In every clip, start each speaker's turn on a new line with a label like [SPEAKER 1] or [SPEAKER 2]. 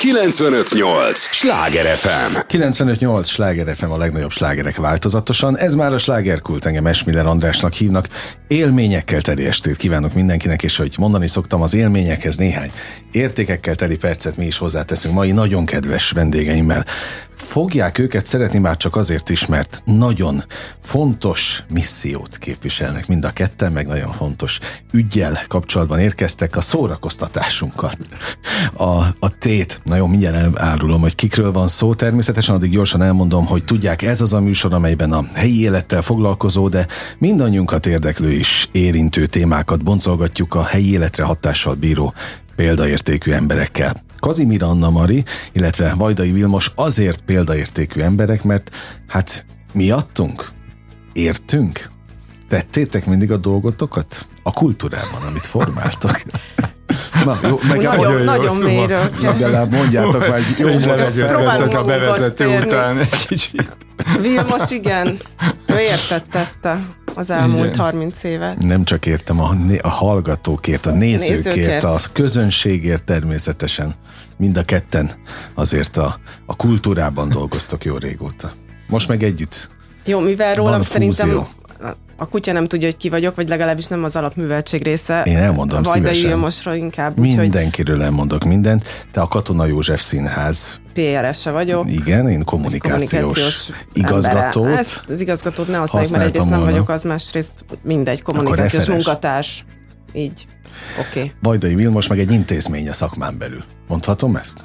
[SPEAKER 1] 95.8 Sláger FM.
[SPEAKER 2] 95.8 Sláger FM, a legnagyobb slágerek változatosan. Ez már a Slágerkult, engem Esmiller Andrásnak hívnak. Élményekkel teli estét kívánok mindenkinek, és hogy mondani szoktam, az élményekhez néhány értékekkel teli percet mi is hozzáteszünk mai nagyon kedves vendégeimmel. Fogják őket szeretni már csak azért is, mert nagyon fontos missziót képviselnek mind a ketten, meg nagyon fontos üggyel kapcsolatban érkeztek, a szórakoztatásunkat, a tét. Na jó, mindjárt elárulom, hogy kikről van szó. Természetesen addig gyorsan elmondom, hogy tudják, ez az a műsor, amelyben a helyi élettel foglalkozó, de mindannyiunkat érdeklő és érintő témákat boncolgatjuk a helyi életre hatással bíró példaértékű emberekkel. Kazimír Anna-Mari, illetve Vajdai Vilmos azért példaértékű emberek, mert hát miattunk értünk? Tettétek mindig a dolgotokat a kultúrában, amit formáltok? Na, jó,
[SPEAKER 3] nagyon mélyről.
[SPEAKER 2] Legalább mondjátok, vagy jó
[SPEAKER 3] próbálunk
[SPEAKER 4] a bevezető után egy kicsit.
[SPEAKER 3] Vilmos, igen, ő értettette az elmúlt 30 évet.
[SPEAKER 2] Nem csak értem, a hallgatókért, a nézőkért, a közönségért természetesen. Mind a ketten azért a kultúrában dolgoztok jó régóta. Most meg együtt.
[SPEAKER 3] Jó, mivel rólam szerintem a kutya nem tudja, hogy ki vagyok, vagy legalábbis nem az alapműveltség része.
[SPEAKER 2] Én elmondom
[SPEAKER 3] Vajdai
[SPEAKER 2] szívesen.
[SPEAKER 3] Vilmosról inkább.
[SPEAKER 2] Mindenkiről elmondok mindent. Te a Katona József Színház
[SPEAKER 3] PR-ese vagyok.
[SPEAKER 2] Igen, én kommunikációs igazgatót.
[SPEAKER 3] Az igazgatót ne használjuk, mert egyrészt nem vagyok, az másrészt mindegy, kommunikációs munkatárs. Így. Oké. Okay.
[SPEAKER 2] Vajdai Vilmos meg egy intézmény a szakmán belül. Mondhatom ezt?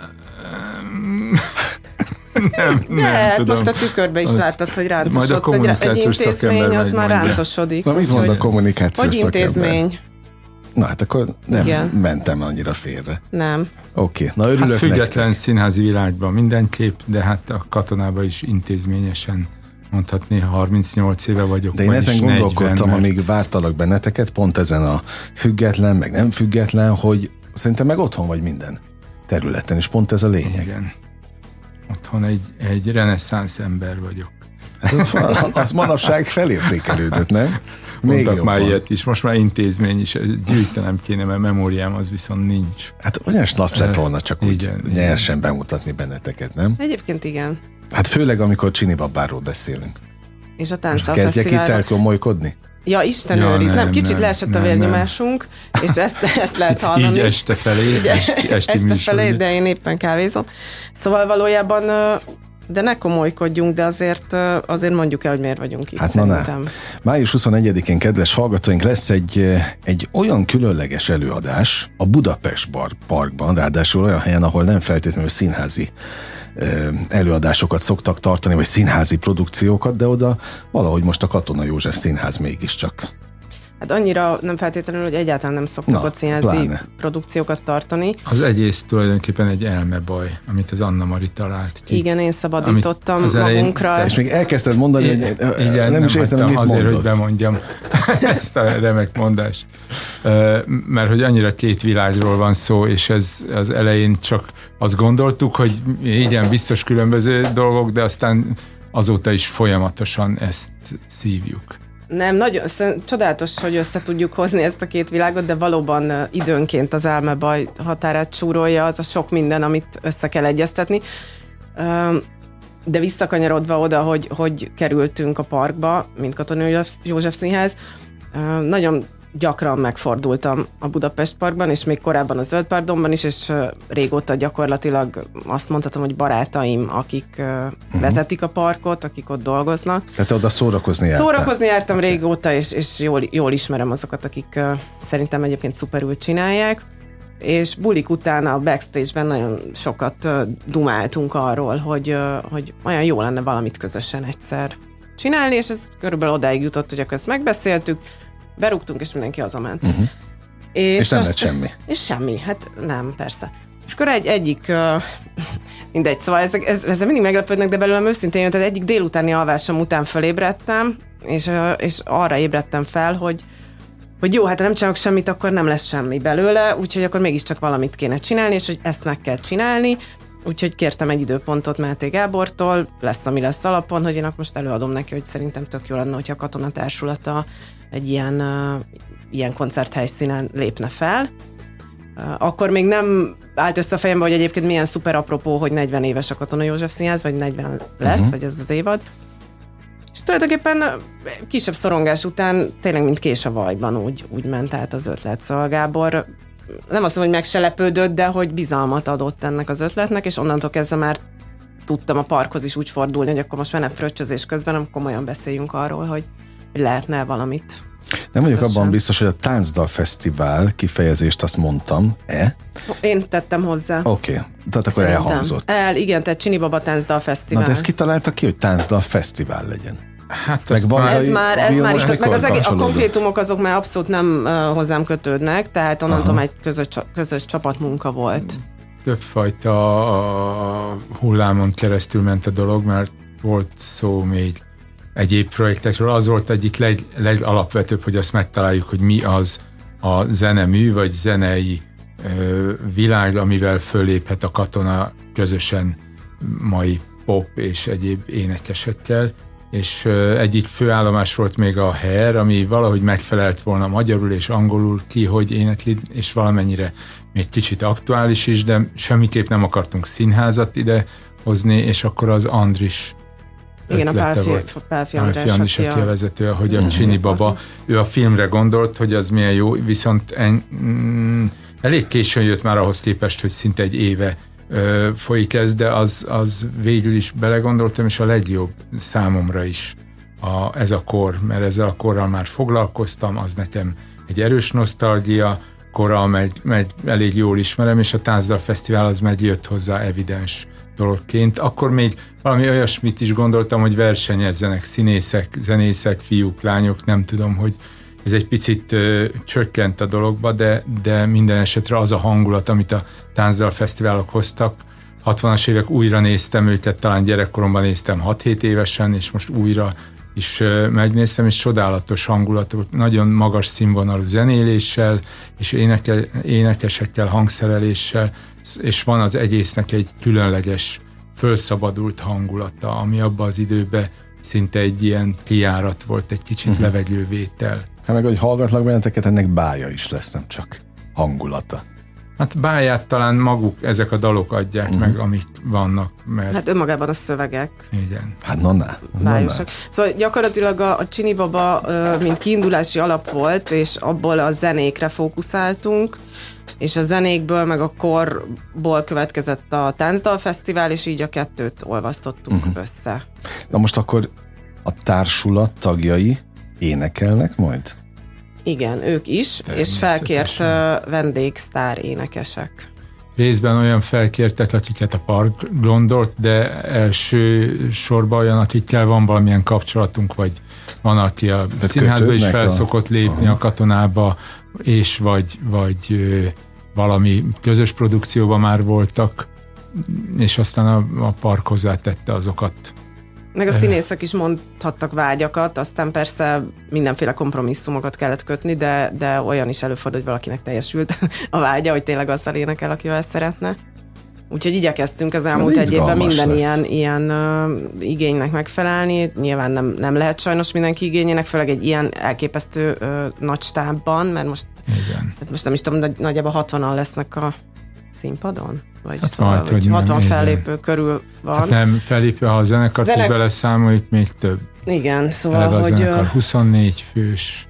[SPEAKER 4] Nem tudom.
[SPEAKER 3] Most a tükörbe is láttad, hogy ráncosodsz. Egy intézmény az már ráncosodik.
[SPEAKER 2] Na, mit mond a kommunikációs szakember?
[SPEAKER 3] Hogy intézmény.
[SPEAKER 2] Na hát akkor nem mentem annyira félre.
[SPEAKER 3] Nem.
[SPEAKER 2] Oké, na örülök
[SPEAKER 4] független
[SPEAKER 2] nektek.
[SPEAKER 4] színházi világban mindenképp, de hát a Katonában is intézményesen mondhatni, 38 éve vagyok.
[SPEAKER 2] De én ezen gondolkodtam,
[SPEAKER 4] mert...
[SPEAKER 2] amíg vártalak benneteket, pont ezen a független, meg nem független, hogy szerintem meg otthon vagy minden területen, és pont ez a lényeg.
[SPEAKER 4] Igen. Otthon egy reneszánsz ember vagyok.
[SPEAKER 2] Hát az manapság felértékelődött, nem?
[SPEAKER 4] Mondtak már ilyet is, most már intézmény is, gyűjtenem kéne, mert memóriám az viszont nincs.
[SPEAKER 2] Hát olyan slassz lett volna csak úgy
[SPEAKER 4] igen,
[SPEAKER 2] nyersen
[SPEAKER 4] igen.
[SPEAKER 2] bemutatni benneteket, nem?
[SPEAKER 3] Egyébként igen.
[SPEAKER 2] Hát főleg, amikor Csini babáról beszélünk.
[SPEAKER 3] És a Tánctal
[SPEAKER 2] Kezdjek itt elkomolykodni?
[SPEAKER 3] Ja, Isten őriz, nem, kicsit leesett a vérnyomásunk, és ezt lehet hallani.
[SPEAKER 4] Így este felé,
[SPEAKER 3] este felé, de én éppen kávézom. Szóval valójában, de ne komolykodjunk, de azért mondjuk el, hogy miért vagyunk itt,
[SPEAKER 2] hát
[SPEAKER 3] szerintem.
[SPEAKER 2] Május 21-én, kedves hallgatóink, lesz egy olyan különleges előadás a Budapest Parkban, ráadásul olyan helyen, ahol nem feltétlenül színházi előadásokat szoktak tartani, vagy színházi produkciókat, de oda valahogy most a Katona József Színház mégiscsak.
[SPEAKER 3] Hát annyira nem feltétlenül, hogy egyáltalán nem szoktak ott színházi produkciókat tartani.
[SPEAKER 4] Az egész tulajdonképpen egy elmebaj, amit az Anna-Mari talált ki.
[SPEAKER 3] Igen, én szabadítottam magunkra.
[SPEAKER 2] És még elkezdted mondani, hogy
[SPEAKER 4] igen,
[SPEAKER 2] nem is értem, mit
[SPEAKER 4] azért,
[SPEAKER 2] mondott.
[SPEAKER 4] hogy bemondjam ezt a remek mondást. Mert hogy annyira két világról van szó, és ez az elején csak azt gondoltuk, hogy igen, biztos különböző dolgok, de aztán azóta is folyamatosan ezt szívjuk.
[SPEAKER 3] Nem, nagyon csodálatos, hogy össze tudjuk hozni ezt a két világot, de valóban időnként az elmebaj határát súrolja az a sok minden, amit össze kell egyeztetni. De visszakanyarodva oda, hogy kerültünk a parkba, mint Katona József Színház, nagyon gyakran megfordultam a Budapest Parkban, és még korábban a Zöld Pardonban is, és régóta gyakorlatilag azt mondhatom, hogy barátaim, akik vezetik a parkot, akik ott dolgoznak.
[SPEAKER 2] Tehát oda szórakozni jártál? Szórakozni
[SPEAKER 3] jártam régóta, és jól ismerem azokat, akik szerintem egyébként szuperül csinálják. És bulik után a backstage-ben nagyon sokat dumáltunk arról, hogy olyan jó lenne valamit közösen egyszer csinálni, és ez körülbelül odáig jutott, hogy akkor ezt megbeszéltük, berúgtunk, és mindenki hazament.
[SPEAKER 2] És nem lett semmi.
[SPEAKER 3] És semmi, hát nem, persze. És akkor egyik, mindegy, szóval ezzel mindig meglepődnek, de belőlem őszintén jön, tehát egyik délutáni alvásom után fölébredtem, és arra ébredtem fel, hogy jó, hát ha nem csinálok semmit, akkor nem lesz semmi belőle, úgyhogy akkor mégiscsak valamit kéne csinálni, és hogy ezt meg kell csinálni, úgyhogy kértem egy időpontot Máté Gábortól, lesz, ami lesz alapon, hogy én akkor most előadom neki, hogy szerintem tök jó lenne, hogyha a Katona Társulata egy ilyen koncerthelyszínen lépne fel. Akkor még nem állt össze a fejembe, hogy egyébként milyen szuper apropó, hogy 40 éves a Katona József Színház, vagy 40 lesz, vagy ez az évad. És tulajdonképpen kisebb szorongás után tényleg mint kés a vajban úgy ment át az ötlet. Szóval Gábor nem azt mondom, hogy meg se lepődött, de hogy bizalmat adott ennek az ötletnek, és onnantól kezdve már tudtam a parkhoz is úgy fordulni, hogy akkor most már nem fröccsözés közben, hanem komolyan beszéljünk arról, hogy lehetne valamit.
[SPEAKER 2] Nem vagyok abban biztos, hogy a Táncdal Fesztivál kifejezést azt mondtam-e?
[SPEAKER 3] Én tettem hozzá.
[SPEAKER 2] Oké, tehát akkor elhangzott.
[SPEAKER 3] Igen, tehát Csini Baba Táncdal Fesztivál.
[SPEAKER 2] Na de ezt kitalálta ki, hogy Táncdal Fesztivál legyen?
[SPEAKER 4] Hát
[SPEAKER 3] ez már itt, meg a konkrétumok azok már abszolút nem hozzám kötődnek, tehát onnantól egy közös csapatmunka volt.
[SPEAKER 4] Többfajta hullámon keresztül ment a dolog, mert volt szó még egyéb projektekről. Az volt egyik legalapvetőbb, hogy azt megtaláljuk, hogy mi az a zenemű, vagy zenei világ, amivel föléphet a Katona közösen mai pop és egyéb énekesekkel. És egyik főállomás volt még a Hair, ami valahogy megfelelt volna magyarul és angolul ki, hogy énekli, és valamennyire még kicsit aktuális is, de semmiképp nem akartunk színházat ide hozni, és akkor az Andris ötlete volt.
[SPEAKER 3] Pálfi
[SPEAKER 4] Andris, aki a vezető, hogy a Csini Baba, ő a filmre gondolt, hogy az milyen jó, viszont elég későn jött már ahhoz képest, hogy szinte egy éve folyik ez, de az végül is belegondoltam, és a legjobb számomra is ez a kor, mert ezzel a korral már foglalkoztam, az nekem egy erős nosztalgia kora, meg elég jól ismerem, és a Táncdal Fesztivál az megjött hozzá evidens dologként. Akkor még valami olyasmit is gondoltam, hogy versenyezzenek színészek, zenészek, fiúk, lányok, nem tudom, hogy ez egy picit csökkent a dologba, de minden esetre az a hangulat, amit a Táncdal Fesztiválok hoztak. 60-as évek újra néztem őket, talán gyerekkoromban néztem 6-7 évesen, és most újra is megnéztem, és csodálatos hangulat, nagyon magas színvonalú zenéléssel, és énekesekkel, hangszereléssel, és van az egésznek egy különleges, fölszabadult hangulata, ami abban az időben szinte egy ilyen kijárat volt, egy kicsit levegővétel.
[SPEAKER 2] Hát meg, hogy hallgatlak benneteket, ennek bája is lesz, nem csak hangulata.
[SPEAKER 4] Hát báját talán maguk ezek a dalok adják meg, amik vannak. Mert...
[SPEAKER 3] Hát önmagában a szövegek.
[SPEAKER 4] Igen.
[SPEAKER 2] Hát nonná.
[SPEAKER 3] Bájosak. Szóval gyakorlatilag a Csini Baba mint kiindulási alap volt, és abból a zenékre fókuszáltunk, és a zenékből meg a korból következett a Táncdal Fesztivál, és így a kettőt olvasztottuk össze.
[SPEAKER 2] Na most akkor a társulat tagjai énekelnek majd?
[SPEAKER 3] Igen, ők is, és felkért vendégsztár énekesek.
[SPEAKER 4] Részben olyan felkértek, akiket a park gondolt, de első sorban olyan, akikkel van valamilyen kapcsolatunk, vagy van, aki a színházba is felszokott lépni a Katonába, és vagy valami közös produkcióban már voltak, és aztán a park hozzátette azokat.
[SPEAKER 3] Meg a színészek is mondhattak vágyakat, aztán persze mindenféle kompromisszumokat kellett kötni, de olyan is előfordul, hogy valakinek teljesült a vágya, hogy tényleg azzal énekel, akivel szeretne. Úgyhogy igyekeztünk az elmúlt egy évben minden ilyen igénynek megfelelni. Nyilván nem lehet sajnos mindenki igényének, főleg egy ilyen elképesztő nagy stábban, mert most nem is tudom, nagyjából 60-an lesznek a színpadon? Vagy
[SPEAKER 4] hát
[SPEAKER 3] szóval,
[SPEAKER 4] majd, hogy
[SPEAKER 3] 60 fellépő körül van.
[SPEAKER 4] Hát nem fellépő, ha a zenekart is beleszámoljuk, még több.
[SPEAKER 3] Igen, szóval,
[SPEAKER 4] eleve hogy... a zenekar 24 fős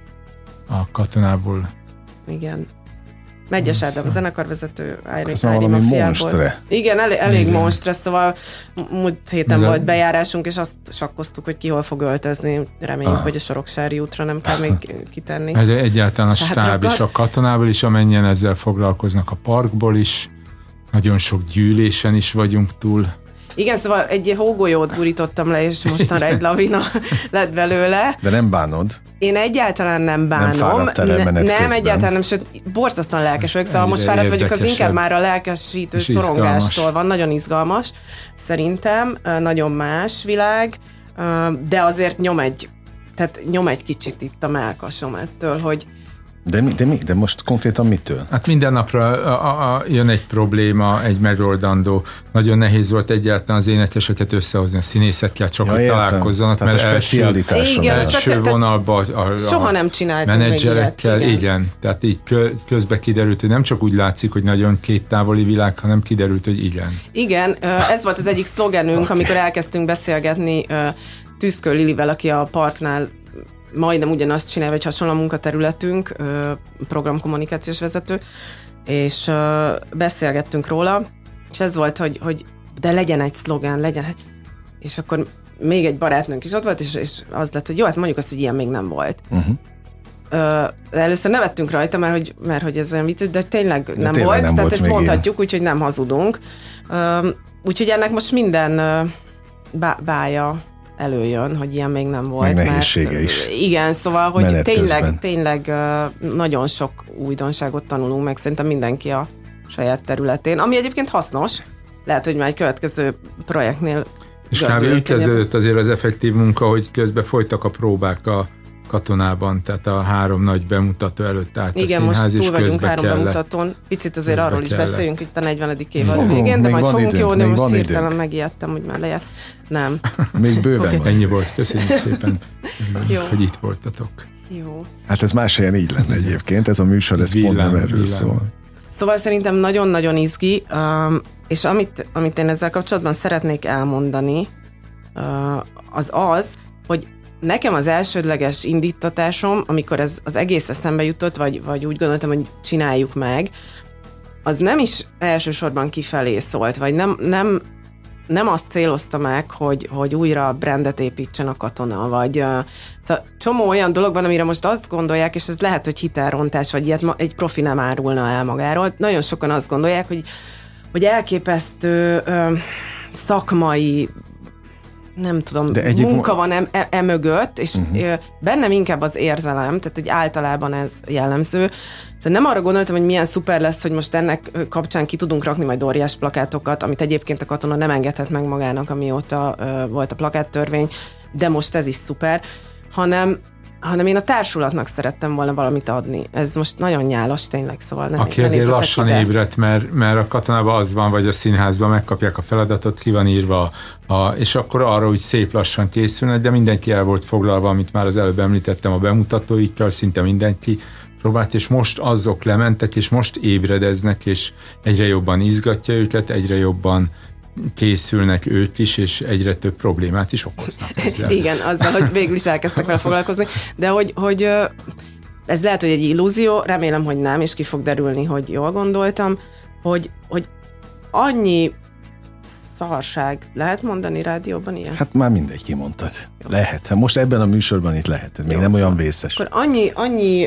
[SPEAKER 4] a Katonából.
[SPEAKER 3] Igen. Megyes Ádám, a zenekarvezető,
[SPEAKER 2] Ári Mafiából.
[SPEAKER 3] Igen, elég monstre, szóval múlt héten volt bejárásunk, és azt sakkoztuk, hogy ki hol fog öltözni. Reméljük, hogy a Soroksári útra nem kell még kitenni.
[SPEAKER 4] Egyáltalán a stáb is, a Katonából is, amennyien ezzel foglalkoznak, a parkból is. Nagyon sok gyűlésen is vagyunk túl. Igen,
[SPEAKER 3] szóval egy hógolyót gurítottam le, és mostanra egy lavina lett belőle.
[SPEAKER 2] De nem bánod?
[SPEAKER 3] Én egyáltalán nem bánom. Nem, egyáltalán nem, sőt, borzasztóan lelkes vagyok, szóval most fáradt vagyok, az inkább már a lelkesítő szorongástól van, nagyon izgalmas, szerintem, nagyon más világ, de azért nyom egy kicsit itt a mellkasom ettől, hogy
[SPEAKER 2] De most konkrétan mitől?
[SPEAKER 4] Hát minden napra jön egy probléma, egy megoldandó. Nagyon nehéz volt egyáltalán az énekeseket összehozni, a színészekkel csak hogy találkozzanak,
[SPEAKER 2] tehát mert
[SPEAKER 4] első vonalban
[SPEAKER 3] soha nem csináltunk
[SPEAKER 4] menedzserekkel, igen. Tehát így közben kiderült, hogy nem csak úgy látszik, hogy nagyon két távoli világ, hanem kiderült, hogy igen.
[SPEAKER 3] Igen, ez volt az egyik szlogenünk, amikor elkezdtünk beszélgetni Tűzkő Lilivel, aki a Parknál majdnem ugyanazt csinálja, vagy hasonló a munkaterületünk, programkommunikációs vezető, és beszélgettünk róla, és ez volt, hogy de legyen egy szlogán, legyen. És akkor még egy barátnőnk is ott volt, és az lett, hogy jó, hát mondjuk azt, hogy ilyen még nem volt. Először nevettünk rajta, mert hogy ez olyan vicces, de tényleg nem volt, tehát ezt mondhatjuk, úgyhogy nem hazudunk. Úgyhogy ennek most minden bája előjön, hogy ilyen még nem volt.
[SPEAKER 2] Meg nehézsége is.
[SPEAKER 3] Igen, szóval, hogy tényleg nagyon sok újdonságot tanulunk meg, szerintem mindenki a saját területén, ami egyébként hasznos. Lehet, hogy már egy következő projektnél
[SPEAKER 4] és kb. Úgy kezdődött azért az effektív munka, hogy közben folytak a próbák a Katonában, tehát a 3 nagy bemutató előtt állt
[SPEAKER 3] igen,
[SPEAKER 4] a színház,
[SPEAKER 3] most túl vagyunk 3 bemutatón. Picit azért arról is beszéljünk itt a 40. évad végén, de majd fogunk jólni, most hirtelen megijedtem, hogy már lejárt. Nem.
[SPEAKER 2] Még bőven van.
[SPEAKER 4] Ennyi volt, köszönjük szépen, hogy itt voltatok.
[SPEAKER 3] Jó.
[SPEAKER 2] Hát ez más helyen így lenne egyébként, ez a műsor, ez pont nem erről szól.
[SPEAKER 3] Szóval szerintem nagyon-nagyon izgi, és amit én ezzel kapcsolatban szeretnék elmondani, az, hogy nekem az elsődleges indítatásom, amikor ez az egész eszembe jutott, vagy úgy gondoltam, hogy csináljuk meg, az nem is elsősorban kifelé szólt, vagy nem azt célozta meg, hogy újra brandet építsen a Katona, vagy szóval csomó olyan dolog van, amire most azt gondolják, és ez lehet, hogy hitelrontás, vagy ilyet egy profi nem árulna el magáról. Nagyon sokan azt gondolják, hogy elképesztő szakmai, nem tudom, munka van mögött, és bennem inkább az érzelem, tehát egy általában ez jellemző. Szóval nem arra gondoltam, hogy milyen szuper lesz, hogy most ennek kapcsán ki tudunk rakni majd óriás plakátokat, amit egyébként a Katona nem engedhet meg magának, amióta volt a plakáttörvény, de most ez is szuper, hanem én a társulatnak szerettem volna valamit adni. Ez most nagyon nyálas tényleg, szóval ne
[SPEAKER 4] aki azért lassan ébredt, mert a Katonában az van, vagy a színházban megkapják a feladatot, ki van írva, és akkor arra úgy szép lassan készülnek, de mindenki el volt foglalva, amit már az előbb említettem a bemutatóikkal, szinte mindenki próbált, és most azok lementek, és most ébredeznek, és egyre jobban izgatja őket, egyre jobban készülnek ők is, és egyre több problémát is okoznak ezzel.
[SPEAKER 3] Igen, azzal, hogy végül is elkezdtek vele foglalkozni, de hogy ez lehet, hogy egy illúzió, remélem, hogy nem, és ki fog derülni, hogy jól gondoltam, hogy annyi szarság lehet mondani rádióban ilyen?
[SPEAKER 2] Hát már mindegy kimondtad. Lehet. Hát most ebben a műsorban itt lehet. Még nem olyan vészes.
[SPEAKER 3] Akkor annyi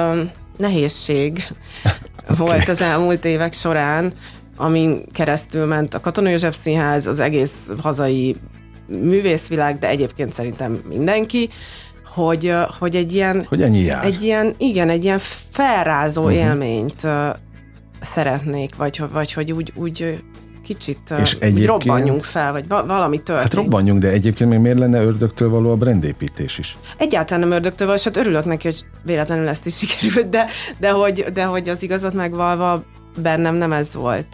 [SPEAKER 3] nehézség volt az elmúlt évek során, amin keresztül ment a Katona József Színház, az egész hazai művészvilág, de egyébként szerintem mindenki, hogy egy ilyen...
[SPEAKER 2] Hogy ennyi jár.
[SPEAKER 3] Egy ilyen felrázó élményt szeretnék, vagy hogy úgy kicsit úgy robbanjunk fel, vagy valami történik.
[SPEAKER 2] Hát robbanjunk, de egyébként még miért lenne ördögtől való a brandépítés is?
[SPEAKER 3] Egyáltalán nem ördögtől való, és hát örülök neki, hogy véletlenül ezt is sikerült, de hogy az igazat megvalva bennem nem ez volt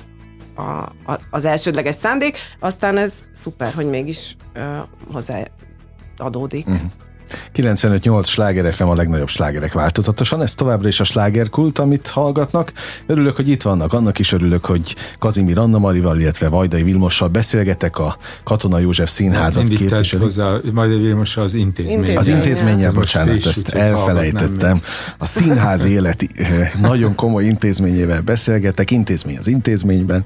[SPEAKER 3] az elsődleges szándék, aztán ez szuper, hogy mégis hozzá adódik.
[SPEAKER 2] 95.8 Sláger FM, a legnagyobb slágerek változatosan, ez továbbra is a slágerkult, amit hallgatnak. Örülök, hogy itt vannak, annak is örülök, hogy Kazimír Anna-Marival, illetve Vajdai Vilmossal beszélgetek, a Katona József Színházat képviselő.
[SPEAKER 4] Hozzá Vajdai Vilmossal az intézmény.
[SPEAKER 2] Az intézménnyel, bocsánat, ezt elfelejtettem. A színház élet nagyon komoly intézményével beszélgetek, intézmény az intézményben,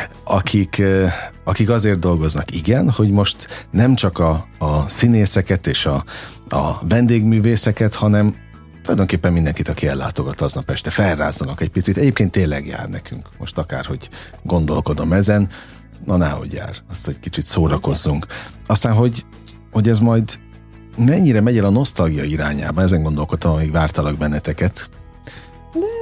[SPEAKER 2] akik azért dolgoznak, igen, hogy most nem csak a színészeket és a vendégművészeket, hanem tulajdonképpen mindenkit, aki ellátogat aznap este, felrázzanak egy picit. Egyébként tényleg jár nekünk, most akárhogy gondolkodom ezen, na náhogy jár, azt, hogy kicsit szórakozzunk. Aztán, hogy ez majd mennyire megy el a nosztalgia irányába, ezen gondolkodtam, amíg vártalak benneteket.
[SPEAKER 3] De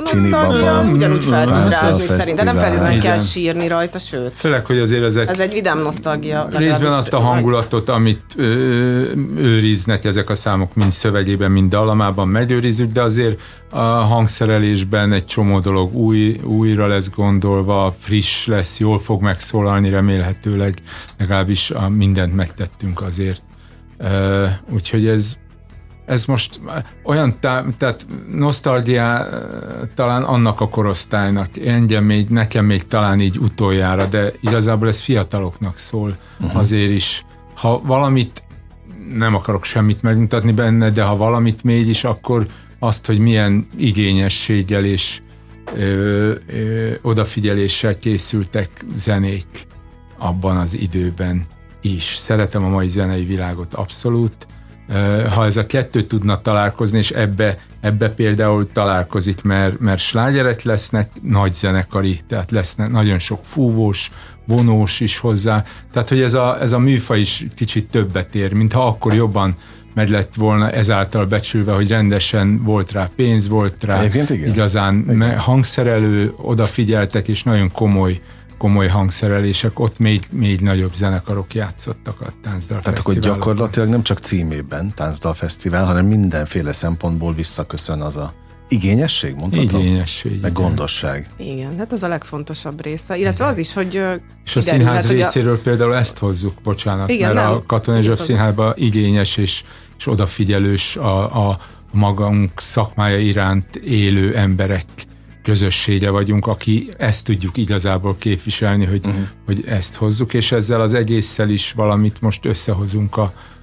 [SPEAKER 2] Csini Baba.
[SPEAKER 3] Ugyanúgy fel tud rázni
[SPEAKER 2] Táncdalfesztivál.
[SPEAKER 3] szerintem, nem feltétlenül kell
[SPEAKER 4] Igen.
[SPEAKER 3] sírni rajta, sőt.
[SPEAKER 4] Főleg, hogy azért
[SPEAKER 3] Ez egy vidám nosztalgia.
[SPEAKER 4] részben azt a hangulatot, amit őriznek ezek a számok, mind szövegében, mind dallamában megőrizzük, de azért a hangszerelésben egy csomó dolog újra lesz gondolva, friss lesz, jól fog megszólalni remélhetőleg, legalábbis mindent megtettünk azért. Úgyhogy ez most olyan, tehát nosztalgiá talán annak a korosztálynak, nekem még talán így utoljára, de igazából ez fiataloknak szól azért is. Ha valamit, nem akarok semmit megmutatni benne, de ha valamit mégis, akkor azt, hogy milyen igényességgel és odafigyeléssel készültek zenék abban az időben is. Szeretem a mai zenei világot abszolút. Ha ez a kettő tudna találkozni, és ebbe például találkozik, mert slágerek lesznek, nagy zenekari, tehát lesznek nagyon sok fúvós, vonós is hozzá, tehát hogy ez a műfaj is kicsit többet ér, mintha akkor jobban meg lett volna ezáltal becsülve, hogy rendesen volt rá pénz, volt rá igazán hangszerelő, odafigyeltek, és nagyon komoly hangszerelések, ott még nagyobb zenekarok játszottak a Táncdalfesztiválon.
[SPEAKER 2] Tehát akkor gyakorlatilag nem csak címében Táncdalfesztivál, hanem mindenféle szempontból visszaköszön az a igényesség, mondhatom?
[SPEAKER 4] Igényesség.
[SPEAKER 2] Meg gondosság.
[SPEAKER 3] Igen, hát az a legfontosabb része. Illetve az is, hogy
[SPEAKER 4] és a színház részéről például ezt hozzuk, bocsánat,
[SPEAKER 3] igen,
[SPEAKER 4] mert
[SPEAKER 3] nem.
[SPEAKER 4] a Katonai Zsóf Színházban igényes és odafigyelős a magunk szakmája iránt élő emberek közössége vagyunk, aki ezt tudjuk igazából képviselni, hogy ezt hozzuk, és ezzel az egésszel is valamit most összehozunk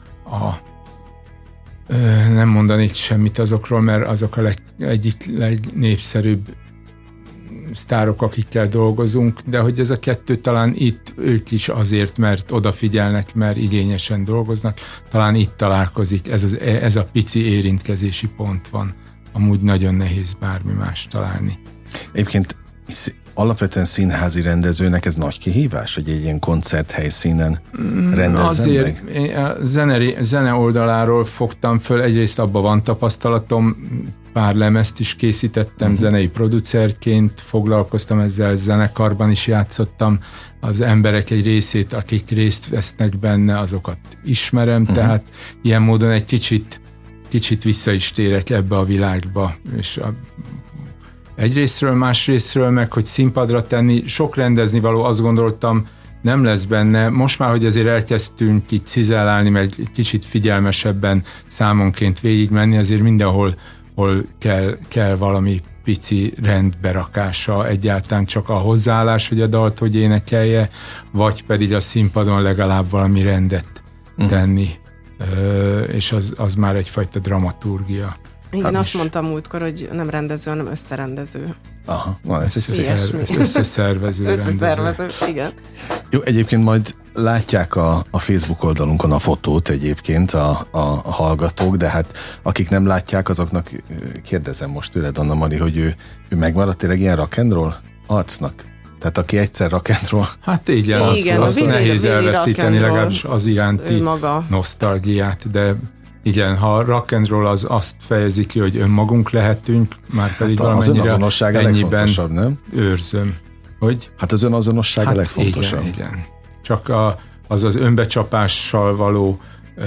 [SPEAKER 4] nem mondanék semmit azokról, mert azok egyik legnépszerűbb sztárok, akikkel dolgozunk, de hogy ez a kettő talán itt ők is azért, mert odafigyelnek, mert igényesen dolgoznak, talán itt találkozik, ez a pici érintkezési pont van. Amúgy nagyon nehéz bármi más találni.
[SPEAKER 2] Egyébként alapvetően színházi rendezőnek ez nagy kihívás, hogy egy ilyen koncerthelyszínen rendezzen
[SPEAKER 4] azért
[SPEAKER 2] meg?
[SPEAKER 4] Zene oldaláról fogtam föl, egyrészt abban van tapasztalatom, pár lemezt is készítettem, zenei producerként foglalkoztam ezzel, zenekarban is játszottam, az emberek egy részét, akik részt vesznek benne, azokat ismerem, tehát ilyen módon egy kicsit vissza is térek ebbe a világba, és egyrészről, másrészről meg, hogy színpadra tenni, sok rendezni való, azt gondoltam, nem lesz benne. Most már, hogy azért elkezdtünk így cizellálni, meg kicsit figyelmesebben számonként végigmenni, azért mindenhol kell valami pici rendberakása, egyáltalán csak a hozzáállás, hogy a dalt hogy énekelje, vagy pedig a színpadon legalább valami rendet tenni. És az már egyfajta dramaturgia.
[SPEAKER 3] Igen, azt mondtam múltkor, hogy nem rendező, hanem összerendező.
[SPEAKER 2] Aha,
[SPEAKER 4] összeszervező.
[SPEAKER 3] Összeszervező, igen.
[SPEAKER 2] Jó, egyébként majd látják a Facebook oldalunkon a fotót egyébként a hallgatók, de hát akik nem látják, azoknak kérdezem most tőled, Anna Mari, hogy ő megmaradt tényleg ilyen rock and roll arcnak? Tehát aki egyszer rock and roll...
[SPEAKER 4] Hát igen, azt nehéz elveszíteni, legalábbis az iránti nosztalgiát, de igen, ha rock and roll az azt fejezi ki, hogy önmagunk lehetünk, már pedig valamennyire ennyiben
[SPEAKER 2] nem?
[SPEAKER 4] Őrzöm. Hogy?
[SPEAKER 2] Hát az önazonosság a legfontosabb.
[SPEAKER 4] Igen. Csak az önbecsapással való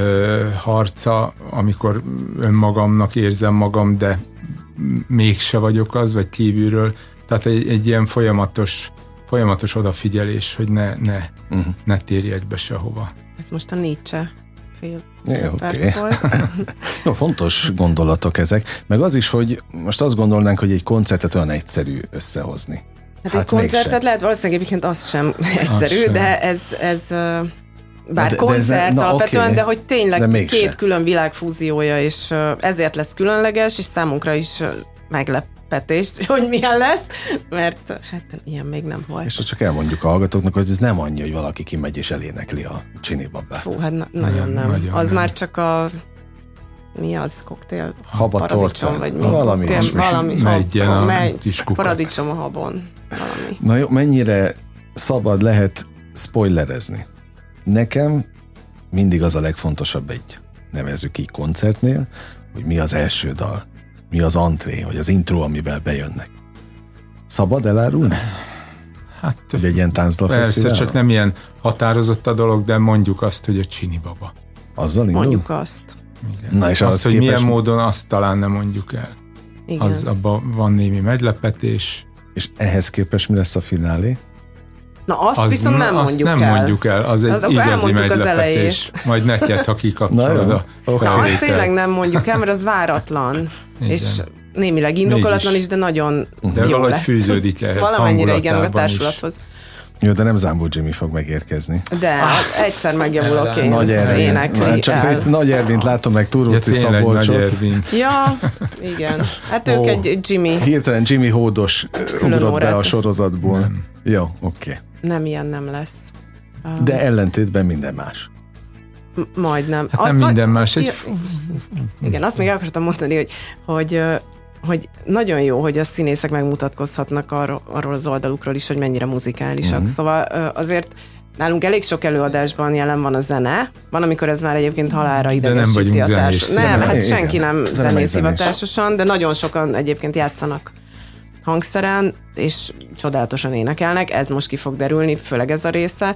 [SPEAKER 4] harca, amikor önmagamnak érzem magam, de mégse vagyok az, vagy kívülről. Tehát egy ilyen folyamatos odafigyelés, hogy ne térjek be sehova.
[SPEAKER 3] Ez most a Nietzsche fél
[SPEAKER 2] perc volt. Jó, fontos gondolatok ezek. Meg az is, hogy most azt gondolnánk, hogy egy koncertet olyan egyszerű összehozni.
[SPEAKER 3] Hát egy koncertet lehet, valószínűleg egyébként az sem egyszerű, de ez bár koncert alapvetően, de hogy tényleg két külön világ fúziója, és ezért lesz különleges, és számunkra is meglepetés, hogy milyen lesz, mert hát ilyen még nem volt.
[SPEAKER 2] És csak elmondjuk a hallgatóknak, hogy ez nem annyi, hogy valaki kimegy és elénekli a Csini Babát.
[SPEAKER 3] Fú, hát nagyon nem.
[SPEAKER 4] Nagyon
[SPEAKER 3] az
[SPEAKER 4] nem.
[SPEAKER 3] már csak mi az koktél?
[SPEAKER 2] Habatorta.
[SPEAKER 3] Vagy
[SPEAKER 2] valami
[SPEAKER 4] kis kukac.
[SPEAKER 3] Paradicsom a habon. Valami.
[SPEAKER 2] Na jó, mennyire szabad lehet spoilerezni? Nekem mindig az a legfontosabb egy, nevezzük így koncertnél, hogy mi az első dal, mi az antré, vagy az intro, amivel bejönnek. Szabad elárulni?
[SPEAKER 4] Hát,
[SPEAKER 2] hogy egy ilyen táncdalfesztivál?
[SPEAKER 4] Persze, csak nem ilyen határozott a dolog, de mondjuk azt, hogy a Csini Baba.
[SPEAKER 2] Azzal indul?
[SPEAKER 3] Mondjuk azt.
[SPEAKER 4] Igen. Na, és azt, hogy milyen módon, azt talán nem mondjuk el.
[SPEAKER 3] Igen.
[SPEAKER 4] Az, abban van némi meglepetés.
[SPEAKER 2] És ehhez képest mi lesz a finálé?
[SPEAKER 3] Na azt viszont nem mondjuk el.
[SPEAKER 4] Azt nem mondjuk el, az egy igazi meglepetés. Majd neked, ha kikapcsolod a
[SPEAKER 3] azt tényleg nem mondjuk el, mert az váratlan. Igen. És némileg indokolatlan is, de nagyon
[SPEAKER 4] de
[SPEAKER 3] jó
[SPEAKER 4] valahogy
[SPEAKER 3] lesz.
[SPEAKER 4] Fűződik ehhez
[SPEAKER 3] valamennyire igen, a társulathoz.
[SPEAKER 2] Jó, de nem Zámbó Jimmy fog megérkezni.
[SPEAKER 3] De egyszer megjavulok én.
[SPEAKER 2] Nagy Ervin. Csak Nagy Ervint látom meg Turróci Szabolcsot.
[SPEAKER 3] Ja, igen. Hát ők egy Jimmy.
[SPEAKER 2] Hirtelen Jimmy Hódos ugrott be a sorozatból. Nem. Jó, oké.
[SPEAKER 3] Nem ilyen nem lesz.
[SPEAKER 2] De ellentétben minden más.
[SPEAKER 3] Majdnem.
[SPEAKER 4] Hát nem minden más.
[SPEAKER 3] Igen, azt még el akartam mondani, hogy nagyon jó, hogy a színészek megmutatkozhatnak arról az oldalukról is, hogy mennyire muzikálisak. Szóval azért nálunk elég sok előadásban jelen van a zene, van, amikor ez már egyébként halálra idegesíti a társaságot. Nem, hát senki nem zenész hivatásosan, de nagyon sokan egyébként játszanak hangszeren, és csodálatosan énekelnek, ez most ki fog derülni, főleg ez a része.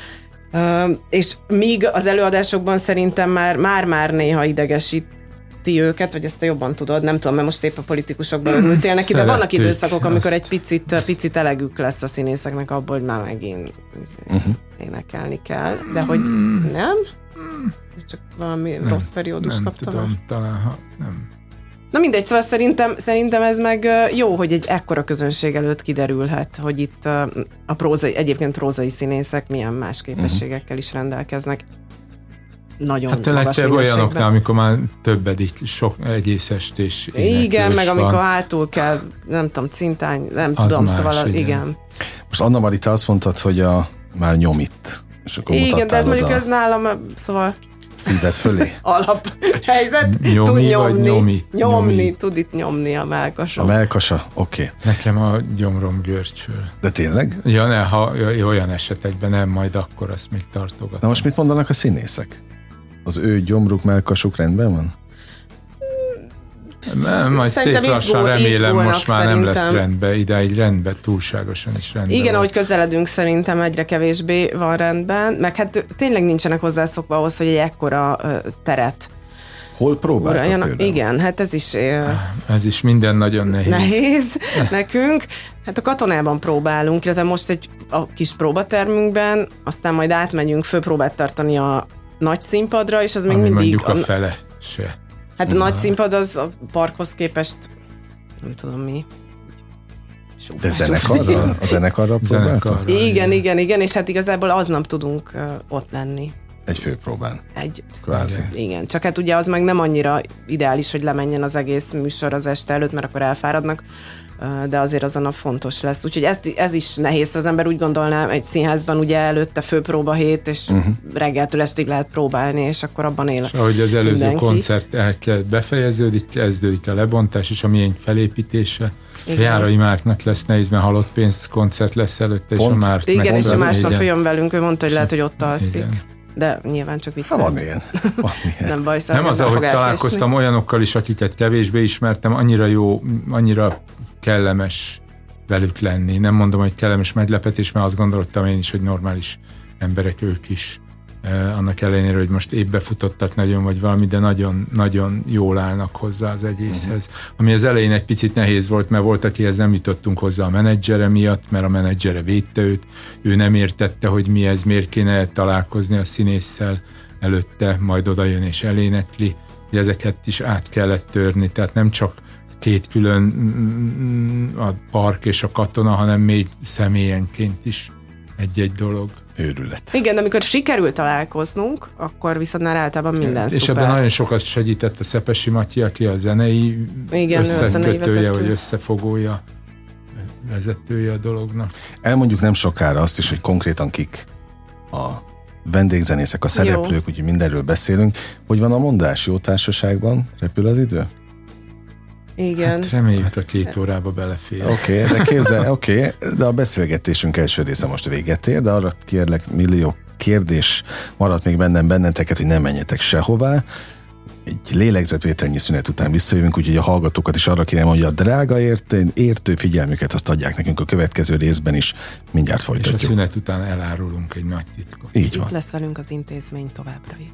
[SPEAKER 3] És míg az előadásokban szerintem már néha idegesít őket, vagy ezt te jobban tudod, nem tudom, mert most épp a politikusokban örültél neki, de vannak időszakok, amikor egy picit elegük lesz a színészeknek abból, hogy már megint énekelni kell, de hogy nem? Ez csak valami nem, rossz periódus
[SPEAKER 4] nem
[SPEAKER 3] kaptam.
[SPEAKER 4] Nem tudom, talán nem.
[SPEAKER 3] Na mindegy, szóval szerintem ez meg jó, hogy egy ekkora közönség előtt kiderülhet, hogy itt egyébként prózai színészek milyen más képességekkel is rendelkeznek. Nagyon
[SPEAKER 4] hát legtöbb olyanoknál, amikor már többedik, sok egész estés éneklős.
[SPEAKER 3] Igen, meg amikor hátul kell, nem tudom, cintány, nem az tudom, más, szóval igen.
[SPEAKER 2] Most Anna Marita azt mondtad, hogy már nyomít. És akkor
[SPEAKER 3] igen, de ez mondjuk ez nálam, szóval
[SPEAKER 2] szíved fölé?
[SPEAKER 3] Alaphelyzet.
[SPEAKER 4] Nyomni vagy nyomít?
[SPEAKER 3] Nyomni, tud itt nyomni a mellkasa.
[SPEAKER 2] A mellkasa, oké.
[SPEAKER 4] Nekem a gyomrom görcsül.
[SPEAKER 2] De tényleg?
[SPEAKER 4] Ja, ha olyan esetekben nem, majd akkor azt még tartogatom.
[SPEAKER 2] Na most mit mondanak a színészek? Az ő gyomruk, mellkasuk rendben van?
[SPEAKER 4] Nem, majd szép lassan remélem, most már nem lesz rendben, idáig rendben, túlságosan is rendben.
[SPEAKER 3] Igen, ahogy közeledünk, szerintem egyre kevésbé van rendben, meg hát tényleg nincsenek hozzászokva ahhoz, hogy egy ekkora teret.
[SPEAKER 2] Hol próbáltak például?
[SPEAKER 3] Igen, hát
[SPEAKER 4] ez is minden nagyon nehéz.
[SPEAKER 3] Nehéz nekünk. Hát a Katonában próbálunk, illetve most a kis próbatermünkben, aztán majd átmegyünk főpróbát tartani a nagy színpadra, és az még mindig...
[SPEAKER 4] mondjuk a fele se.
[SPEAKER 3] Hát a nagy színpad az a parkhoz képest nem tudom mi.
[SPEAKER 2] De a zenekarra próbáltak?
[SPEAKER 3] Igen, és hát igazából aznap tudunk ott lenni.
[SPEAKER 2] Egy főpróbán.
[SPEAKER 3] Kvázi. Igen, csak hát ugye az meg nem annyira ideális, hogy lemenjen az egész műsor az este előtt, mert akkor elfáradnak, de azért az a nap fontos lesz. Úgyhogy ez is nehéz, az ember úgy gondolná, egy színházban ugye előtte főpróba hét, és reggeltől estig lehet próbálni, és akkor abban él.
[SPEAKER 4] És ahogy az előző koncert befejeződik, kezdődik a lebontás, és a miénk felépítése. Igen. A Járai Márknak lesz nehéz, mert halott pénz koncert lesz előtte, és a Márk
[SPEAKER 3] igen, és a másnap jön velünk, ő mondta, hogy lehet, hogy ott alszik. Igen. De nyilván csak viccelem.
[SPEAKER 2] Van ilyen.
[SPEAKER 3] Nem baj,
[SPEAKER 4] nem az, ahogy találkoztam olyanokkal is, akiket kevésbé ismertem, annyira jó, annyira kellemes velük lenni. Nem mondom, hogy kellemes meglepetés, mert azt gondoltam én is, hogy normális emberek ők is. Annak ellenére, hogy most épp befutottak nagyon, vagy valami, de nagyon, nagyon jól állnak hozzá az egészhez. Ami az elején egy picit nehéz volt, mert volt, akihez nem jutottunk hozzá a menedzsere miatt, mert a menedzsere védte őt, ő nem értette, hogy mi ez, miért kéne találkozni a színésszel előtte, majd oda jön és elénekli. Ezeket is át kellett törni, tehát nem csak két külön a park és a Katona, hanem még személyenként is egy-egy dolog.
[SPEAKER 2] Őrület.
[SPEAKER 3] Igen, de amikor sikerült találkoznunk, akkor viszont már általában minden
[SPEAKER 4] és
[SPEAKER 3] szuper.
[SPEAKER 4] Ebben nagyon sokat segített a Szepesi Matyi, aki a zenei összekötője, vagy összefogója, vezetője a dolognak.
[SPEAKER 2] Elmondjuk nem sokára azt is, hogy konkrétan kik a vendégzenészek, a szereplők, úgyhogy mindenről beszélünk. Hogy van a mondás? Jó társaságban repül az idő?
[SPEAKER 3] Igen.
[SPEAKER 4] Hát reméljük a 2 órába belefér.
[SPEAKER 2] Oké, de képzelj, de a beszélgetésünk első része most véget ér, de arra kérlek, millió kérdés maradt még benneteket, hogy nem menjetek sehová. egy lélegzetvételnyi szünet után visszajövünk, úgyhogy a hallgatókat is arra kérem, hogy a drága értő figyelmüket azt adják nekünk a következő részben is. Mindjárt folytatjuk.
[SPEAKER 4] És a szünet után elárulunk egy nagy titkot.
[SPEAKER 2] Így van.
[SPEAKER 3] Itt lesz velünk az intézmény továbbra is.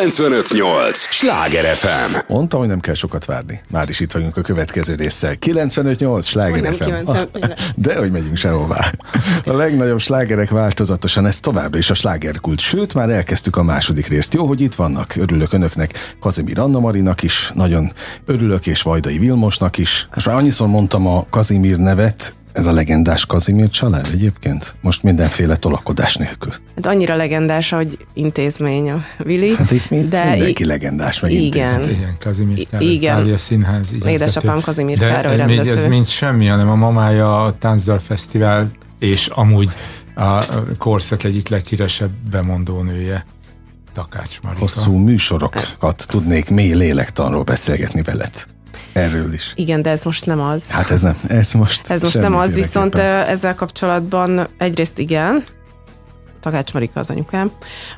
[SPEAKER 1] 95.8 Sláger FM.
[SPEAKER 2] Mondtam, hogy nem kell sokat várni. Már is itt vagyunk a következő résszel. 95.8 Sláger FM. De hogy megyünk sehová. A legnagyobb slágerek változatosan, ez továbbra is a slágerkult. Sőt, már elkezdtük a második részt. Jó, hogy itt vannak. Örülök önöknek. Kazimír Anna Marinak is. Nagyon örülök, és Vajdai Vilmosnak is. Most már annyiszor mondtam a Kazimír nevet. Ez a legendás Kazimír család egyébként? Most mindenféle tolakodás nélkül.
[SPEAKER 3] Hát annyira legendás, hogy intézmény a Vili.
[SPEAKER 2] Hát itt mindenki legendás, meg intézmény.
[SPEAKER 4] Igen, Kazimír Károly Színház.
[SPEAKER 3] Édesapám Kazimír Károly rendező.
[SPEAKER 4] De ez még semmi, hanem a mamája a Táncdalfesztivál, és amúgy a korszak egyik leghíresebb bemondónője, Takács Marika.
[SPEAKER 2] Hosszú műsorokat tudnék mély lélektanról beszélgetni veled. Erről is.
[SPEAKER 3] Igen, de ez most nem az.
[SPEAKER 2] Hát ez nem. Ez most
[SPEAKER 3] nem az, viszont ezzel kapcsolatban egyrészt igen, Takács Marika az anyukám.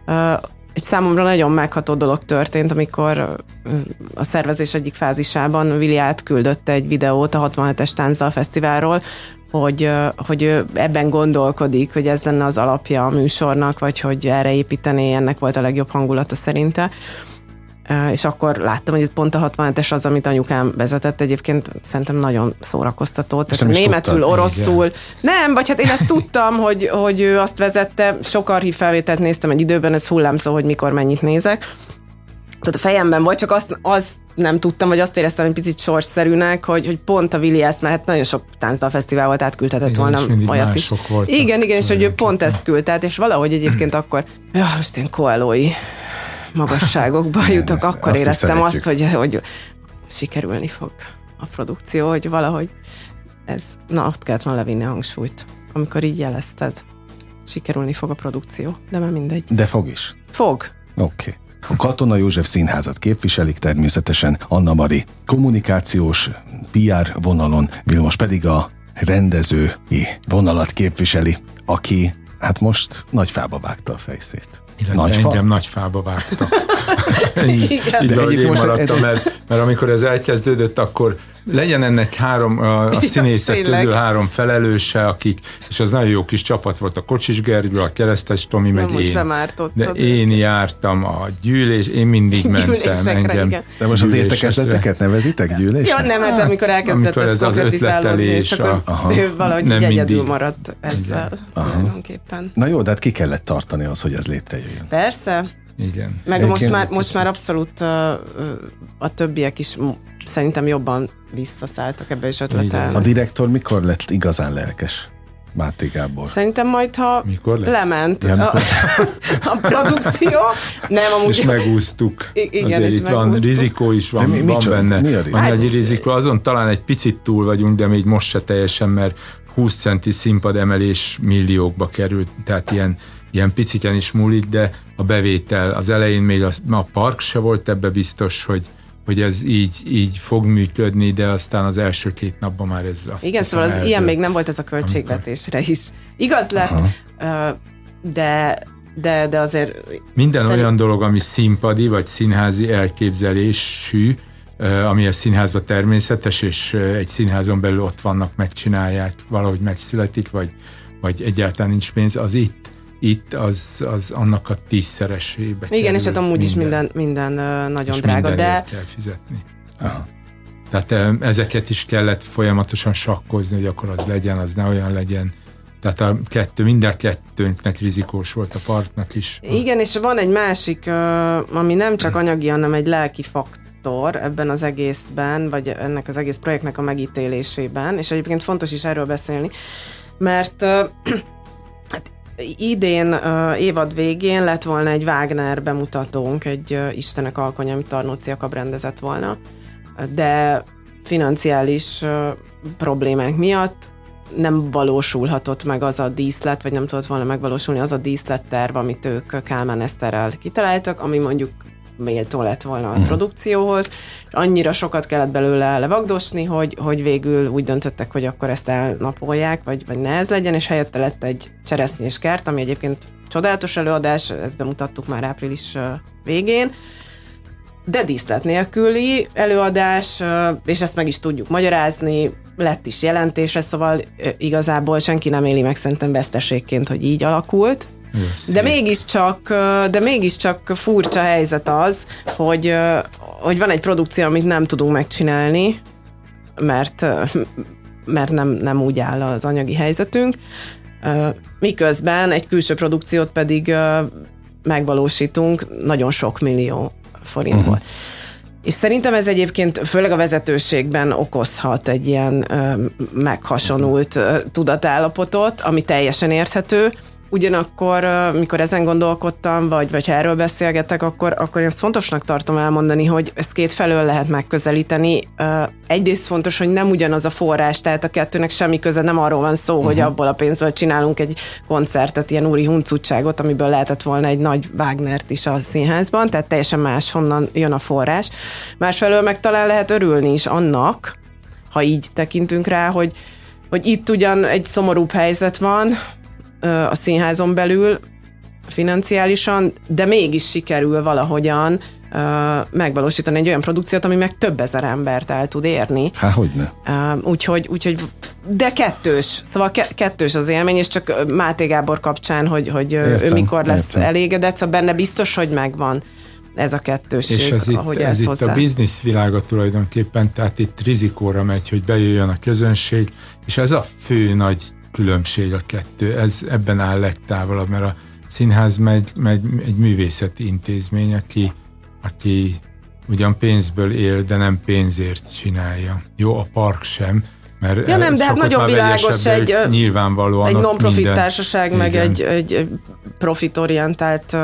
[SPEAKER 3] Egy számomra nagyon megható dolog történt, amikor a szervezés egyik fázisában Vili átküldött egy videót a 67-es Táncdalfesztiválról, hogy ő ebben gondolkodik, hogy ez lenne az alapja a műsornak, vagy hogy erre építené, ennek volt a legjobb hangulata szerinte. És akkor láttam, hogy ez pont a 67-es az, amit anyukám vezetett. Egyébként szerintem nagyon szórakoztató. Tehát németül, tudtad, oroszul. Igen. Nem, vagy hát én ezt tudtam, hogy ő azt vezette. Sok archív felvételt néztem egy időben, ez hullámszó, hogy mikor mennyit nézek. Tehát a fejemben volt, csak azt nem tudtam, vagy azt éreztem egy picit sorsszerűnek, hogy pont a Vili ezt, mert nagyon sok táncdalfesztivál volt, átküldhetett volna olyat is. Igen, és hogy ő pont ezt küldte, és valahogy egyébként akkor, most én koelói magasságokba jutok, akkor éreztem azt, hogy sikerülni fog a produkció, hogy valahogy ott kellett volna levinni a hangsúlyt, amikor így jelezted. Sikerülni fog a produkció, de már mindegy.
[SPEAKER 2] De fog is.
[SPEAKER 3] Fog.
[SPEAKER 2] Oké. A Katona József Színházat képviselik természetesen, Anna Mari kommunikációs PR vonalon, Vilmos pedig a rendezői vonalat képviseli, aki hát most nagy fába vágta a fejszét.
[SPEAKER 4] Engem nagy fába vágta. így ahogy én maradtam, mert amikor ez elkezdődött, akkor legyen ennek a színészek közül 3 felelőse, akik, és az nagyon jó kis csapat volt, a Kocsis Gergő, a Keresztes Tomi, meg én. De én jártam a gyűlés, én mindig mentem engem.
[SPEAKER 2] De most az értekezleteket nevezitek gyűlésre?
[SPEAKER 3] Ja, nem, hát amikor elkezdett ezt konkretizálódni, és akkor ő valahogy így egyedül maradt ezzel tulajdonképpen.
[SPEAKER 2] Na jó, de hát ki kellett tartani az, hogy ez létrejöjjön.
[SPEAKER 3] Persze.
[SPEAKER 4] Igen.
[SPEAKER 3] Meg most már abszolút a többiek is szerintem jobban visszaszálltak ebbe is ötletelni.
[SPEAKER 2] A direktor mikor lett igazán lelkes? Máté Gábor.
[SPEAKER 3] Szerintem majd, ha lement a produkció. Nem, amúgy...
[SPEAKER 4] És megúsztuk.
[SPEAKER 3] Igen,
[SPEAKER 4] és itt van rizikó is, van benne. Mi a rizikó? Egy rizikó, azon talán egy picit túl vagyunk, de még most se teljesen, mert 20 centi színpad emelés milliókba került, tehát ilyen piciken is múlik, de a bevétel az elején még a park se volt ebbe biztos, hogy ez így fog működni, de aztán az első 2 napban már ez azt
[SPEAKER 3] igen, szóval az ilyen még nem volt ez a költségvetésre is. Igaz lett, de azért...
[SPEAKER 4] Minden olyan dolog, ami színpadi vagy színházi elképzelésű, ami a színházban természetes, és egy színházon belül ott vannak, megcsinálják, valahogy megszületik, vagy egyáltalán nincs pénz, az itt az annak a 10-szeresébe kerül.
[SPEAKER 3] Igen, és hát amúgy is minden nagyon drága, de...
[SPEAKER 4] kell fizetni. Aha. Tehát ezeket is kellett folyamatosan sakkozni, hogy akkor az legyen, az ne olyan legyen. Tehát minden kettőnknek rizikós volt, a partnak is.
[SPEAKER 3] Igen, és van egy másik, ami nem csak anyagi, hanem egy lelki faktor ebben az egészben, vagy ennek az egész projektnek a megítélésében, és egyébként fontos is erről beszélni, mert idén évad végén lett volna egy Wagner bemutatónk, egy Istenek alkonya, amit Tarnóci Jakab rendezett volna, de financiális problémák miatt nem valósulhatott meg az a díszlet, vagy nem tudott volna megvalósulni az a díszletterv, amit ők Kálmán Eszterrel kitaláltak, ami mondjuk méltó lett volna a produkcióhoz. Annyira sokat kellett belőle levagdosni, hogy végül úgy döntöttek, hogy akkor ezt elnapolják, vagy ne ez legyen, és helyette lett egy cseresznyés kert, ami egyébként csodálatos előadás, ezt bemutattuk már április végén. de díszlet nélküli előadás, és ezt meg is tudjuk magyarázni, lett is jelentése, szóval igazából senki nem éli meg szerintem veszteségként, hogy így alakult. De mégiscsak furcsa helyzet az, hogy van egy produkció, amit nem tudunk megcsinálni, mert nem úgy áll az anyagi helyzetünk, miközben egy külső produkciót pedig megvalósítunk nagyon sok millió forintból. És szerintem ez egyébként főleg a vezetőségben okozhat egy ilyen meghasonult tudatállapotot, ami teljesen érthető. Ugyanakkor, mikor ezen gondolkodtam, vagy ha erről beszélgetek, akkor én ezt fontosnak tartom elmondani, hogy ezt két felől lehet megközelíteni. Egyrészt fontos, hogy nem ugyanaz a forrás, tehát a kettőnek semmi köze, nem arról van szó, hogy abból a pénzből csinálunk egy koncertet, ilyen úri huncutságot, amiből lehetett volna egy nagy Wagnert is a színházban, tehát teljesen máshonnan jön a forrás. Másfelől meg talán lehet örülni is annak, ha így tekintünk rá, hogy itt ugyan egy szomorúbb helyzet van, a színházon belül financiálisan, de mégis sikerül valahogyan megvalósítani egy olyan produkciót, ami meg több ezer embert el tud érni.
[SPEAKER 2] Hogyne.
[SPEAKER 3] Úgyhogy de kettős, szóval kettős az élmény, és csak Máté Gábor kapcsán, hogy értem, ő mikor lesz elégedett, szóval benne biztos, hogy megvan ez a kettősség,
[SPEAKER 4] és ez itt a bizniszvilága tulajdonképpen, tehát itt rizikóra megy, hogy bejöjjön a közönség, és ez a fő nagy különbség a kettő, ez ebben áll legtávolabb, mert a színház meg egy művészeti intézmény, aki ugyan pénzből él, de nem pénzért csinálja. Jó, a park sem, mert
[SPEAKER 3] nem, de hát nagyon világos
[SPEAKER 4] nyilvánvalóan
[SPEAKER 3] egy non-profit társaság, meg egy profitorientált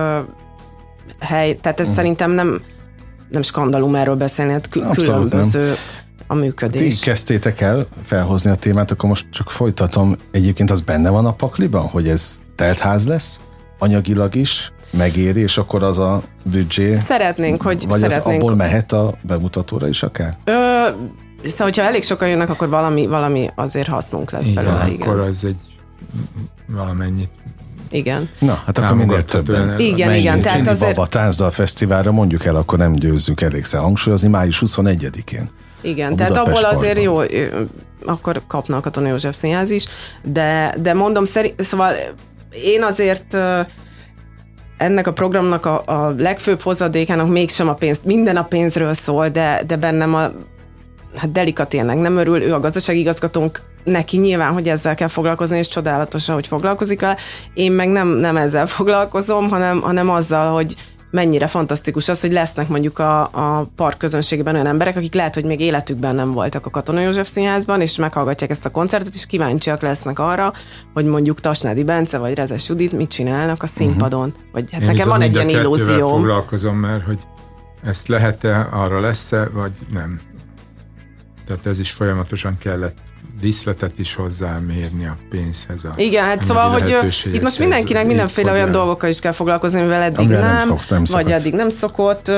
[SPEAKER 3] hely, tehát ez szerintem nem skandalum erről beszélni, hát különböző a működés.
[SPEAKER 2] Ti kezdtétek el felhozni a témát, akkor most csak folytatom. Egyébként az benne van a pakliban, hogy ez teltház lesz, anyagilag is, megéri, és akkor az a büdzsé...
[SPEAKER 3] Szeretnénk.
[SPEAKER 2] Az abból mehet a bemutatóra is akár?
[SPEAKER 3] Szóval, hogyha elég sokan jönnek, akkor valami azért hasznunk lesz belőle. Igen,
[SPEAKER 4] akkor az egy valamennyit.
[SPEAKER 3] Igen.
[SPEAKER 2] Na, hát akkor minél többen.
[SPEAKER 3] Igen. Tehát
[SPEAKER 2] azért... Baba Táncdal Fesztiválra mondjuk el, akkor nem győzzük elégszer hangsúlyozni, május 21-én.
[SPEAKER 3] Igen, tehát abból azért jó, akkor kapna a Katona József Színház is, de mondom, szóval én azért ennek a programnak a legfőbb hozadékának mégsem a pénz, minden a pénzről szól, de bennem hát Delika tényleg nem örül, ő a gazdasági igazgatónk, neki nyilván, hogy ezzel kell foglalkozni, és csodálatos, hogy foglalkozik vele. Én meg nem ezzel foglalkozom, hanem azzal, hogy mennyire fantasztikus az, hogy lesznek mondjuk a park közönségében olyan emberek, akik lehet, hogy még életükben nem voltak a Katona József Színházban, és meghallgatják ezt a koncertet, és kíváncsiak lesznek arra, hogy mondjuk Tasnádi Bence vagy Rezes Judit mit csinálnak a színpadon. Vagy hát nekem van egy ilyen illúzióm.
[SPEAKER 4] Foglalkozom, mert hogy ezt lehet-e, arra lesz-e, vagy nem. Tehát ez is folyamatosan kellett díszletet is hozzámérni a pénzhez.
[SPEAKER 3] Igen, hát szóval, hogy itt most mindenkinek mindenféle olyan dolgokkal is kell foglalkozni, mivel eddig nem vagy eddig nem szokott,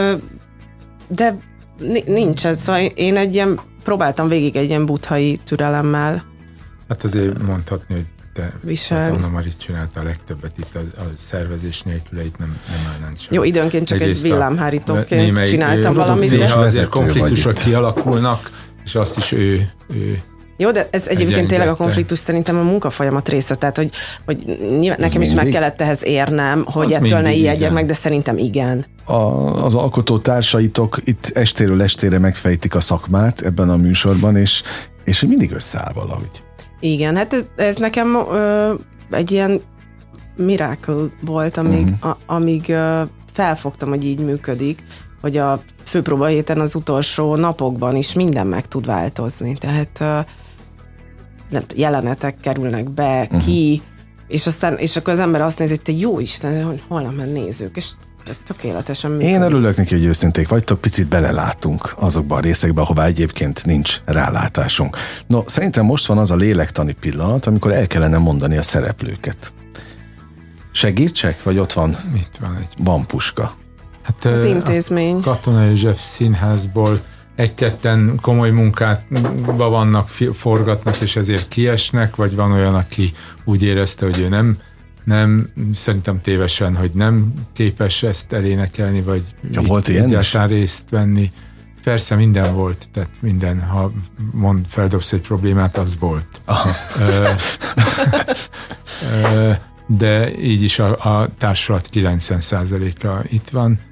[SPEAKER 3] de nincs ez. Szóval én próbáltam végig egy ilyen buddhai türelemmel.
[SPEAKER 4] Hát azért mondhatni, hogy te Anna Marit csinálta a legtöbbet itt a szervezés nélküleit nem állnánk sem.
[SPEAKER 3] Jó, időnként csak egy villámhárítóként csináltam valamit.
[SPEAKER 4] Néha azért konfliktusok kialakulnak, és azt is ő
[SPEAKER 3] jó, de ez egyébként tényleg a konfliktus szerintem a munkafolyamat része, tehát hogy nekem is meg kellett ehhez érnem, hogy ettől ne ijedjek meg, de szerintem igen.
[SPEAKER 2] Az alkotó társaitok itt estéről estére megfejtik a szakmát ebben a műsorban, és mindig összeáll valahogy.
[SPEAKER 3] Igen, hát ez nekem egy ilyen miracle volt, amíg felfogtam, hogy így működik, hogy a főpróba héten az utolsó napokban is minden meg tud változni, tehát jelenetek kerülnek be, ki, és akkor az ember azt nézi, hogy te jó Isten, hogy holnap már nézők, és tökéletesen működik.
[SPEAKER 2] Én örülök neki, hogy őszinték vagytok, picit belelátunk azokba a részekbe, ahová egyébként nincs rálátásunk. No, szerintem most van az a lélektani pillanat, amikor el kellene mondani a szereplőket. Segítsek, vagy ott van?
[SPEAKER 4] Itt van egy
[SPEAKER 2] bampuska.
[SPEAKER 3] Hát, az intézmény.
[SPEAKER 4] A Katona József Színházból egy-ketten komoly munkátban vannak, forgatnak, és ezért kiesnek, vagy van olyan, aki úgy érezte, hogy ő nem szerintem tévesen, hogy nem képes ezt elénekelni, vagy
[SPEAKER 2] volt
[SPEAKER 4] egyáltalán részt venni. Persze minden volt, tehát minden, ha feldobsz egy problémát, az volt. De így is a társulat 90%-a itt van.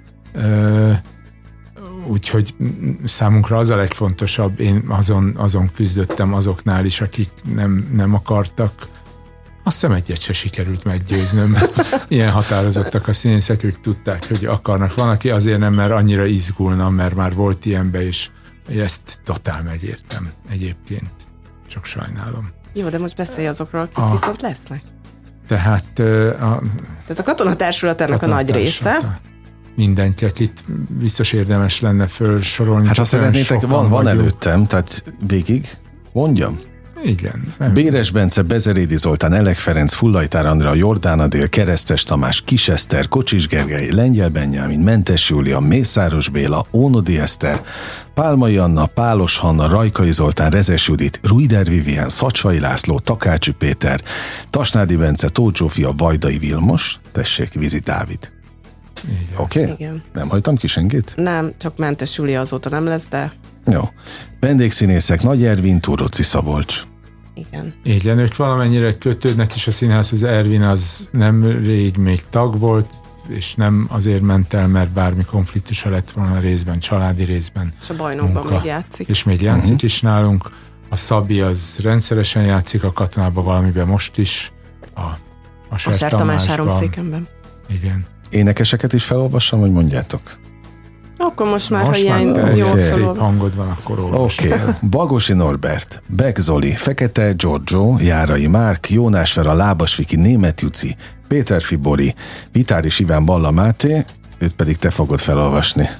[SPEAKER 4] Úgyhogy számunkra az a legfontosabb, én azon küzdöttem azoknál is, akik nem akartak. Azt hiszem egyet se sikerült meggyőznöm. Ilyen határozottak a színészek, ők tudták, hogy akarnak. Van, aki azért nem, mert annyira izgulna, mert már volt ilyenbe, és ezt totál megértem egyébként. Csak sajnálom.
[SPEAKER 3] Jó, de most beszélj azokról, akik viszont lesznek.
[SPEAKER 4] Tehát
[SPEAKER 3] a katonatársulat ennek a nagy része.
[SPEAKER 4] Mindenki, akit biztos érdemes lenne fölsorolni.
[SPEAKER 2] Hát ha szeretnétek, van előttem, tehát végig mondjam.
[SPEAKER 4] Igen.
[SPEAKER 2] Béres Bence, Bezerédi Zoltán, Elek Ferenc, Fullajtár Andrea, Jordán Adél, Keresztes Tamás, Kis Eszter, Kocsis Gergely, Lengyel Benyámin, Mentes Júlia, Mészáros Béla, Ónodi Eszter, Pálmai Anna, Pálos Hanna, Rajkai Zoltán, Rezes Judit, Ruider Vivien, Szacsvai László, Takácsi Péter, Tasnádi Bence, Tóth Zsófia, Vajdai Vilmos, tessék, Vizi Dávid. Oké?
[SPEAKER 3] Igen.
[SPEAKER 2] Nem hagytam ki senkit?
[SPEAKER 3] Nem, csak Mentes Júlia azóta nem lesz, de...
[SPEAKER 2] Jó. Vendégszínészek, Nagy Ervin, Túróczi Szabolcs.
[SPEAKER 3] Igen.
[SPEAKER 4] Igen, ők valamennyire kötődnek is a színházhoz. Ervin az nem rég még tag volt, és nem azért ment el, mert bármi konfliktusa lett volna részben, családi részben.
[SPEAKER 3] És a Bajnokban még játszik.
[SPEAKER 4] És még játszik is nálunk. A Szabi az rendszeresen játszik a Katonában valamiben most is. A
[SPEAKER 3] Ser Tamás Háromszékenben.
[SPEAKER 4] Igen.
[SPEAKER 2] Énekeseket is felolvassam, hogy mondjátok?
[SPEAKER 3] Akkor most már, ha ilyen jó
[SPEAKER 4] szép hangod van, akkor olvasd.
[SPEAKER 2] Oké. Bagosi Norbert, Beck Zoli, Fekete Giorgio, Járai Márk, Jónás Vera, Lábas Viki, Németh Juci, Péter Fibori, Vitáris Iván, Balla Máté, őt pedig te fogod felolvasni.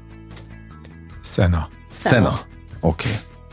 [SPEAKER 2] Szena. Oké.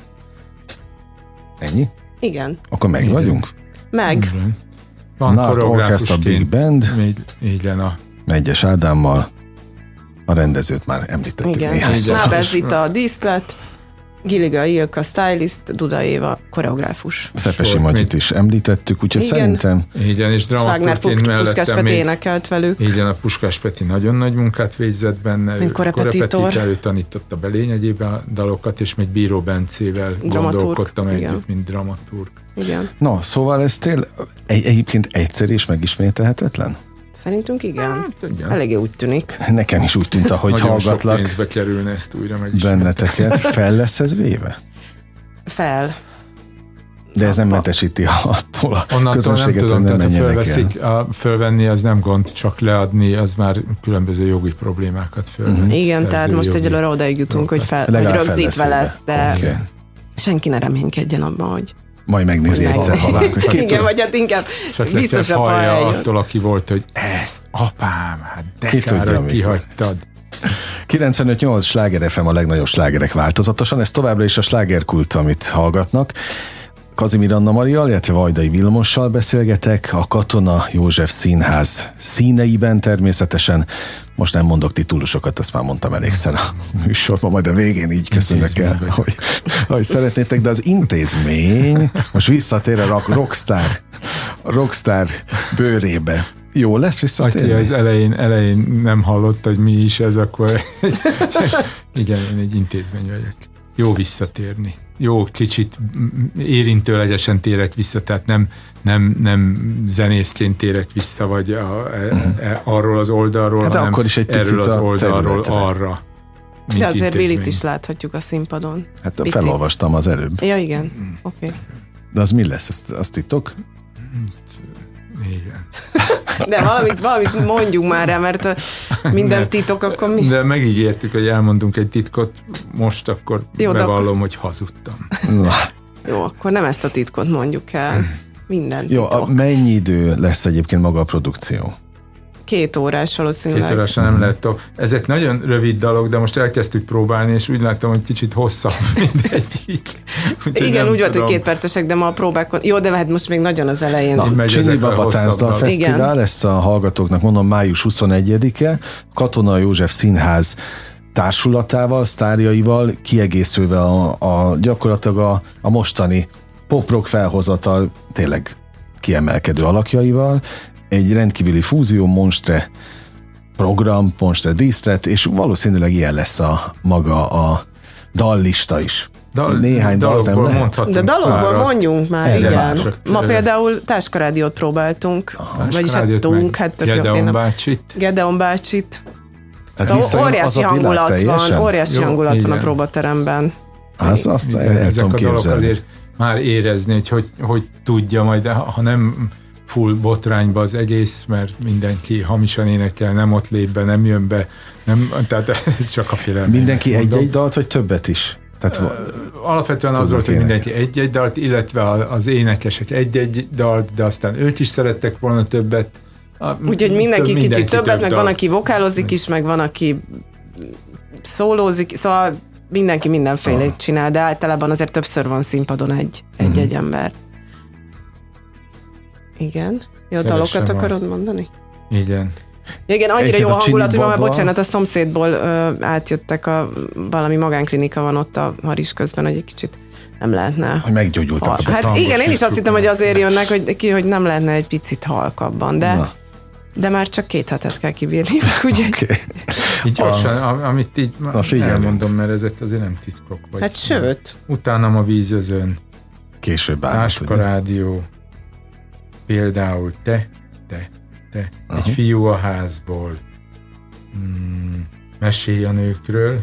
[SPEAKER 2] Ennyi?
[SPEAKER 3] Igen.
[SPEAKER 2] Akkor meg vagyunk?
[SPEAKER 3] Meg.
[SPEAKER 4] Igen. Van
[SPEAKER 2] Orchestra Big Band.
[SPEAKER 4] Igen,
[SPEAKER 2] Megyes Ádámmal. A rendezőt már említettük néhány szó.
[SPEAKER 3] Nábez itt a díszlet, Giliga Ilka stylist, Duda Éva koreográfus.
[SPEAKER 2] Szepesi Magyit is említettük, úgyhogy szerintem...
[SPEAKER 4] Igen, és dramaturgként
[SPEAKER 3] Puskás Peti énekelt velük.
[SPEAKER 4] Igen, a Puskás Peti nagyon nagy munkát végzett benne.
[SPEAKER 3] Mint korepetitor.
[SPEAKER 4] Ő tanította be lényegében a dalokat, és még Bíró Bencével gondolkodtam együtt, mint dramaturg.
[SPEAKER 3] Igen.
[SPEAKER 2] No, szóval ez egyébként egyszer és megismételhetetlen?
[SPEAKER 3] Szerintünk igen. Eléggé úgy tűnik.
[SPEAKER 2] Nekem is úgy tűnt, ahogy
[SPEAKER 4] nagyon
[SPEAKER 2] hallgatlak.
[SPEAKER 4] Nagyon sok pénzbe kerülne ezt újra megismételni.
[SPEAKER 2] Benneteket. Fel lesz ez véve?
[SPEAKER 3] Fel.
[SPEAKER 2] De ez nem mentesíti attól a közönséget,
[SPEAKER 4] nem tudom,
[SPEAKER 2] nem menjenek
[SPEAKER 4] el. Fölvenni az nem gond, csak leadni az már különböző jogi problémákat fölvenni.
[SPEAKER 3] Igen, tehát most egyelőre odaig jutunk, hogy rögzítve lesz, de senki ne reménykedjen abban, hogy
[SPEAKER 2] majd megnézi egyszer halálni.
[SPEAKER 3] Igen, vagy hát inkább biztosabb
[SPEAKER 4] a attól, aki volt, hogy ezt, apám, hát de kár, hogy kihagytad.
[SPEAKER 2] 95.8 Sláger FM a legnagyobb slágerek változatosan, ez továbbra is a slágerkult, amit hallgatnak. Kazimír Anna Marival, illetve Vajdai Vilmossal beszélgetek, a Katona József Színház színeiben természetesen. Most nem mondok titulusokat, azt már mondtam elégszer a műsorban, majd a végén így köszönök el, hogy szeretnétek, de az intézmény most visszatér a rockstar bőrébe. Jó lesz visszatérni?
[SPEAKER 4] Aki az elején nem hallotta, hogy mi is ez, akkor igen, én egy intézmény vagyok. Jó visszatérni. Jó, kicsit érintőlegesen térek vissza, tehát nem zenészként térek vissza, vagy arról az oldalról,
[SPEAKER 2] hát
[SPEAKER 4] hanem
[SPEAKER 2] akkor is egy
[SPEAKER 4] erről az oldalról arra.
[SPEAKER 3] De azért Billit is láthatjuk a színpadon.
[SPEAKER 2] Hát picit. Felolvastam az előbb.
[SPEAKER 3] Ja, igen. Oké.
[SPEAKER 2] De az mi lesz? Azt titok?
[SPEAKER 4] Igen.
[SPEAKER 3] De valamit mondjuk már rá, mert minden titok, akkor mi?
[SPEAKER 4] De megígértük, hogy elmondunk egy titkot, most akkor bevallom, hogy hazudtam.
[SPEAKER 3] Jó, akkor nem ezt a titkot mondjuk el. Minden titok.
[SPEAKER 2] Jó, mennyi idő lesz egyébként maga a produkció?
[SPEAKER 3] 2 órás valószínűleg.
[SPEAKER 4] 2 órás nem lehet tovább. Ezek nagyon rövid dalok, de most elkezdtük próbálni, és úgy láttam, hogy kicsit hosszabb mindegyik.
[SPEAKER 3] Igen, úgy volt, hogy 2 percesek, de ma a próbákon... Jó, de hát most még nagyon az elején.
[SPEAKER 2] Na, Csini Baba Táncdal Fesztivál, ezt a hallgatóknak mondom, május 21-e, Katona József Színház társulatával, sztárjaival, kiegészülve gyakorlatilag a mostani pop-rock felhozatal tényleg kiemelkedő alakjaival. egy rendkívüli fúzió, Monstre program, Monstre Díszlet, és valószínűleg ilyen lesz a maga a dallista is. Néhány dalt nem lehet.
[SPEAKER 3] De dalokból mondjunk már, igen. Ma például Táskarádiót próbáltunk, vagyis hát tudunk. Gedeon bácsit. Szóval óriási hangulat van a próbateremben.
[SPEAKER 2] Azt el tudom képzelni.
[SPEAKER 4] Azért már érezni, hogy tudja majd, ha nem full botrányba az egész, mert mindenki hamisan énekel, nem ott lép be, nem jön be, tehát csak a félelme.
[SPEAKER 2] Mindenki egy-egy dalt, vagy többet is? Tehát
[SPEAKER 4] alapvetően az volt, hogy mindenki egy-egy dalt, illetve az énekesek egy-egy dalt, de aztán ők is szerettek volna többet.
[SPEAKER 3] Úgyhogy mindenki kicsit többet, meg van, aki vokálozik is, meg van, aki szólózik, szóval mindenki mindenfélét csinál, de általában azért többször van színpadon egy ember. Igen. Jó, dalokat akarod mondani?
[SPEAKER 4] Igen.
[SPEAKER 3] Igen, annyira jó hangulat, hogy már bocsánat, a szomszédból átjöttek, valami magánklinika van ott a Haris közben, hogy egy kicsit nem lehetne.
[SPEAKER 2] Hogy meggyógyultak.
[SPEAKER 3] Hát igen, én is azt hittem, hogy azért jönnek, hogy nem lehetne egy picit halkabban, de már csak 2 hetet kell kibírni. Ugye?
[SPEAKER 2] Okay.
[SPEAKER 4] Így gyorsan, amit így elmondom, mert ezek azért nem titkok.
[SPEAKER 3] Hát sőt.
[SPEAKER 4] Utánam a Vízözön.
[SPEAKER 2] Később
[SPEAKER 4] Táskarádió. Például te. Egy fiú a házból. Mesélj a nőkről.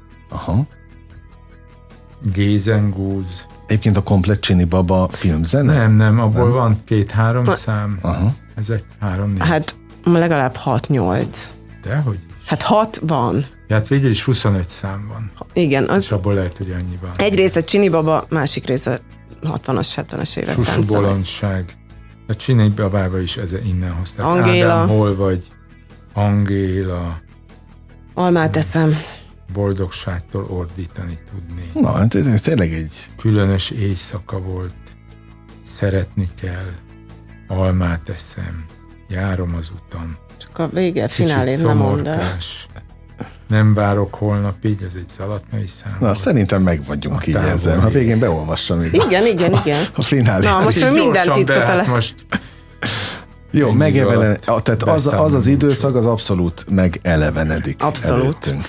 [SPEAKER 4] Gézengúz.
[SPEAKER 2] Egyébként a komplett Csini Baba filmzene?
[SPEAKER 4] Nem, abból van 2-3 szám. Ezek 3-4.
[SPEAKER 3] Hát legalább 6-8.
[SPEAKER 4] Dehogy?
[SPEAKER 3] Hát 6 van.
[SPEAKER 4] Hát végül is 25 szám van.
[SPEAKER 3] Igen.
[SPEAKER 4] És abból lehet, hogy annyi van.
[SPEAKER 3] Egy része Csini Baba, másik része 60-as, 70-es évek.
[SPEAKER 4] Susubolondság. A Csini Babába is innen hozták.
[SPEAKER 3] Angéla.
[SPEAKER 4] Ádám, hol vagy? Angéla.
[SPEAKER 3] Almát eszem.
[SPEAKER 4] Boldogságtól ordítani tudni.
[SPEAKER 2] Na, hát ez tényleg egy...
[SPEAKER 4] Különös éjszaka volt. Szeretni kell. Almát eszem. Járom az utam.
[SPEAKER 3] Csak a vége, finálét nem mondd el.
[SPEAKER 4] Nem várok holnapig, ez egy Zalatnai szám.
[SPEAKER 2] Na, szerintem meg vagyunk így ezzel. Ha végén beolvassam.
[SPEAKER 3] Igen.
[SPEAKER 2] A finálét.
[SPEAKER 3] Na, most minden titkot
[SPEAKER 4] most...
[SPEAKER 2] Jó, tehát az időszak az abszolút megelevenedik.
[SPEAKER 3] Abszolút.
[SPEAKER 2] Előttünk.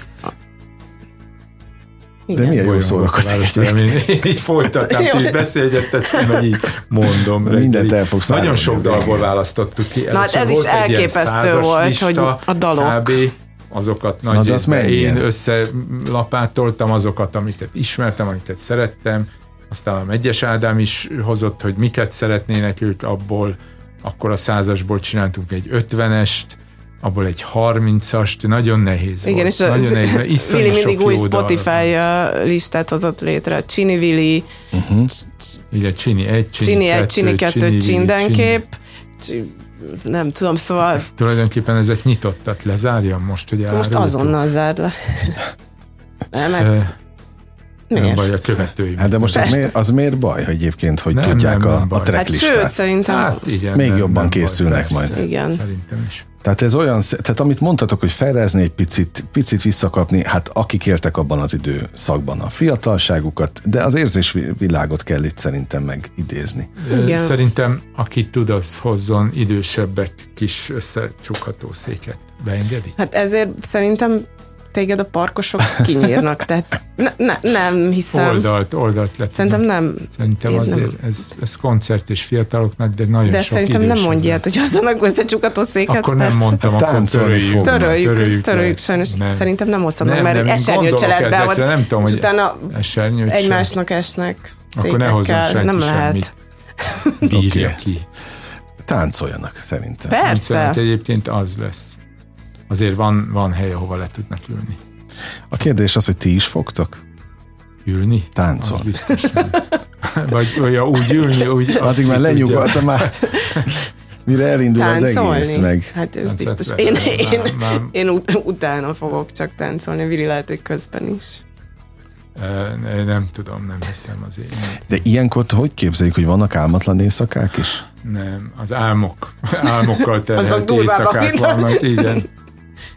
[SPEAKER 2] De milyen jó szórakozás.
[SPEAKER 4] Én így folytatnám, így beszélgettem, meg így mondom.
[SPEAKER 2] Mindent el fogsz
[SPEAKER 4] Nagyon sok dalból választottuk ki.
[SPEAKER 3] Na, ez is elképesztő volt, hogy a dalok.
[SPEAKER 4] Kb. Azokat nagy részben én összelapátoltam, azokat, amiket ismertem, amiket szerettem. Aztán a Megyes Ádám is hozott, hogy miket szeretnének ők abból. Akkor a 100-asból csináltunk egy 50-est, abból egy 30-ast, nagyon nehéz
[SPEAKER 3] igen,
[SPEAKER 4] volt.
[SPEAKER 3] És Willy mindig új Spotify listát hozott létre. Csini Willy.
[SPEAKER 4] Igen, Csini 1,
[SPEAKER 3] Csini 2, Csindenkép. Nem tudom, szóval...
[SPEAKER 4] Tulajdonképpen ezek nyitottat, lezárjam most, hogy elárultuk.
[SPEAKER 3] Most azonnal zárd le.
[SPEAKER 4] Nem baj, a követőim.
[SPEAKER 2] Hát de most az miért baj, hogy egyébként, hogy tudják a tracklistát?
[SPEAKER 3] Hát sőt, szerintem...
[SPEAKER 2] igen, még jobban készülnek
[SPEAKER 4] baj,
[SPEAKER 2] majd.
[SPEAKER 3] Igen.
[SPEAKER 4] Szerintem is.
[SPEAKER 2] Tehát ez olyan, tehát amit mondtatok, hogy felrezni egy picit visszakapni, hát akik éltek abban az időszakban a fiatalságukat, de az érzésvilágot kell itt szerintem megidézni.
[SPEAKER 3] Igen.
[SPEAKER 4] Szerintem aki tud, az hozzon idősebbek kis összecsukható széket. Beengedi?
[SPEAKER 3] Hát ezért szerintem téged a parkosok kinyírnak, tehát nem hiszem.
[SPEAKER 4] Oldalt lett.
[SPEAKER 3] Szerintem nem.
[SPEAKER 4] Szerintem azért ez koncert és fiataloknak, de nagyon
[SPEAKER 3] de
[SPEAKER 4] sok
[SPEAKER 3] szerintem nem mondj ilyet, hogy hozzanak összecsukató széket.
[SPEAKER 4] Akkor nem mondtam, akkor
[SPEAKER 3] töröljük sajnos. Nem. Szerintem nem hozhatnak, mert esernyőt se lehet be,
[SPEAKER 4] nem tudom, hogy
[SPEAKER 3] utána egymásnak esnek
[SPEAKER 4] akkor ne hozzon
[SPEAKER 3] nem lehet.
[SPEAKER 4] Bírja ki.
[SPEAKER 2] Táncoljanak szerintem.
[SPEAKER 3] Persze.
[SPEAKER 4] Hát egyébként az lesz. Azért van hely, ahova le tudnak ülni.
[SPEAKER 2] A kérdés az, hogy ti is fogtok?
[SPEAKER 4] Ülni?
[SPEAKER 2] Táncol.
[SPEAKER 4] Az biztos nem. Vagy úgy ülni, úgy...
[SPEAKER 2] Addig már lenyugodtam már. Mire elindul táncolni? Az egész meg.
[SPEAKER 3] Hát ez biztos. Én utána fogok csak táncolni, Vili lehet, hogy közben is.
[SPEAKER 4] Nem tudom, nem hiszem azért.
[SPEAKER 2] De ilyenkor hogy képzeljük, hogy vannak álmatlan éjszakák is?
[SPEAKER 4] Nem, az álmokkal terhelt éjszakák vannak, igen.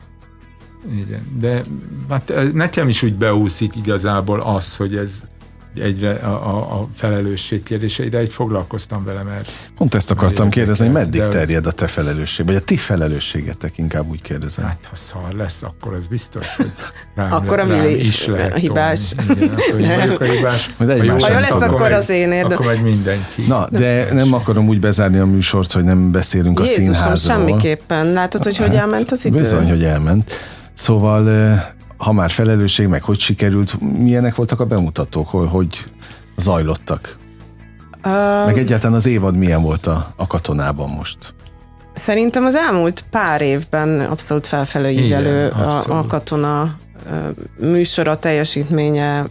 [SPEAKER 4] Igen, de hát nekem is úgy beúszik igazából az, hogy egyre a felelősség kérdése, de így foglalkoztam vele, mert...
[SPEAKER 2] Pont ezt akartam kérdezni, hogy meddig terjed a te felelősség, vagy a ti felelősségetek, inkább úgy kérdezem.
[SPEAKER 4] Hát, ha szar lesz, akkor ez biztos, hogy
[SPEAKER 3] rám
[SPEAKER 4] is lehet
[SPEAKER 3] a hibás.
[SPEAKER 4] Igen, akkor én vagyok a hibás.
[SPEAKER 3] Ha jó lesz, akkor az énéd.
[SPEAKER 4] Akkor meg mindenki.
[SPEAKER 2] Na, de nem akarom úgy bezárni a műsort, hogy nem beszélünk a színházról.
[SPEAKER 3] Jézusom, semmiképpen. Látod, hogy hogy elment az idő? Bizony,
[SPEAKER 2] hogy elment. Szóval... ha már felelősség, meg hogy sikerült, milyenek voltak a bemutatók, hogy zajlottak? Meg egyáltalán az évad milyen volt a Katonában most?
[SPEAKER 3] Szerintem az elmúlt pár évben abszolút felfelé ívelő a Katona műsora, teljesítménye,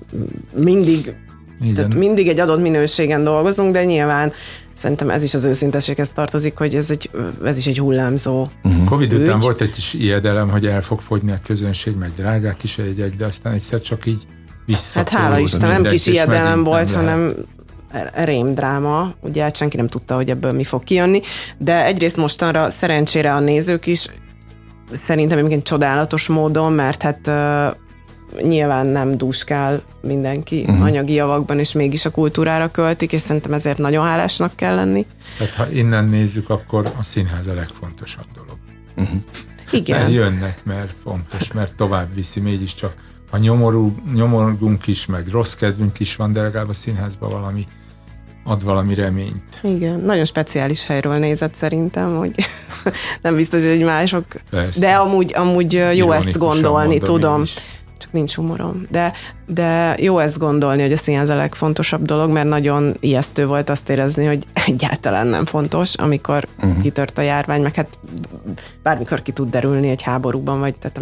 [SPEAKER 3] mindig egy adott minőségen dolgozunk, de nyilván szerintem ez is az őszintességhez tartozik, hogy ez is egy hullámzó
[SPEAKER 4] Covid után volt egy kis ijedelem, hogy el fog fogyni a közönség, meg drágák is egy, de aztán egyszer csak így visszatolódott.
[SPEAKER 3] Hát hála Isten, nem kis ijedelem volt, hanem rémdráma. Ugye senki nem tudta, hogy ebből mi fog kijönni, de egyrészt mostanra szerencsére a nézők is szerintem egyébként csodálatos módon, mert hát nyilván nem dúskál mindenki anyagi javakban, és mégis a kultúrára költik, és szerintem ezért nagyon hálásnak kell lenni.
[SPEAKER 4] Tehát ha innen nézzük, akkor a színház a legfontosabb dolog.
[SPEAKER 3] Igen.
[SPEAKER 4] Mert jönnek, mert fontos, mert tovább viszi, mégiscsak ha nyomorgunk is, meg rossz kedvünk is van, de legalább a színházban ad valami reményt.
[SPEAKER 3] Igen, nagyon speciális helyről nézett szerintem, hogy nem biztos, hogy mások,
[SPEAKER 4] persze.
[SPEAKER 3] De amúgy jó ezt gondolni, tudom. Csak nincs humorom. De jó ezt gondolni, hogy a színház a legfontosabb dolog, mert nagyon ijesztő volt azt érezni, hogy egyáltalán nem fontos, amikor kitört a járvány, meg hát bármikor ki tud derülni egy háborúban, vagy tehát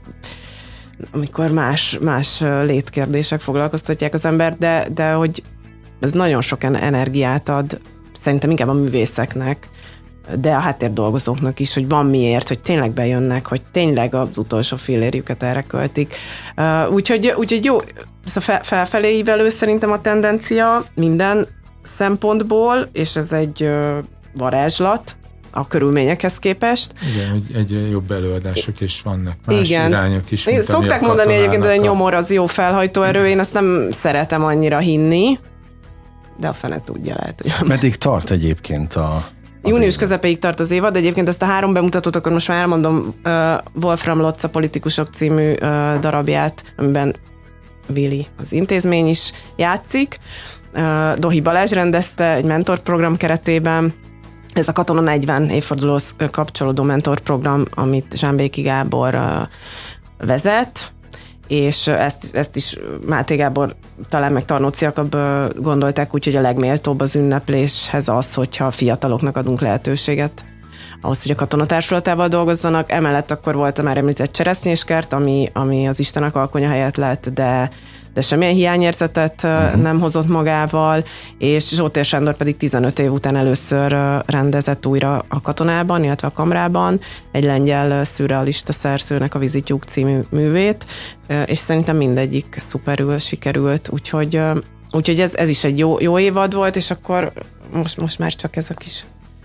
[SPEAKER 3] amikor más létkérdések foglalkoztatják az embert, de hogy ez nagyon sok energiát ad, szerintem inkább a művészeknek, de a háttérdolgozóknak is, hogy van miért, hogy tényleg bejönnek, hogy tényleg az utolsó fillérjüket erre költik. Úgyhogy jó, felfelé ívelő szerintem a tendencia minden szempontból, és ez egy varázslat a körülményekhez képest.
[SPEAKER 4] Igen, hogy egyre jobb előadások is vannak, más irányok is.
[SPEAKER 3] Szokták mondani egyébként, hogy a nyomor az jó felhajtó erő, én azt nem szeretem annyira hinni, de a fene tudja, lehet, hogy...
[SPEAKER 2] Meddig tart egyébként
[SPEAKER 3] Június közepéig tart az évad, de egyébként ezt a 3 bemutatót, akkor most már elmondom, Wolfram Lotza Politikusok című darabját, amiben Willy az intézmény is játszik. Dohi Balázs rendezte egy mentorprogram keretében. Ez a Katona 40 évfordulóhoz kapcsolódó mentorprogram, amit Zsámbéki Gábor vezet, és ezt is Máté Gábor, talán meg Tarnóci Jakab gondolták úgy, hogy a legméltóbb az ünnepléshez az, hogyha fiataloknak adunk lehetőséget ahhoz, hogy a Katona társulatával dolgozzanak. Emellett akkor volt a már említett cseresznyéskert, ami az Istenek alkonya helyett lett, de semmilyen hiányérzetet nem hozott magával, és Zsótér Sándor pedig 15 év után először rendezett újra a Katonában, illetve a Kamrában egy lengyel szürrealista szerzőnek a Vizityúk című művét, és szerintem mindegyik szuperül sikerült, úgyhogy ez is egy jó évad volt, és akkor most már csak ez a kis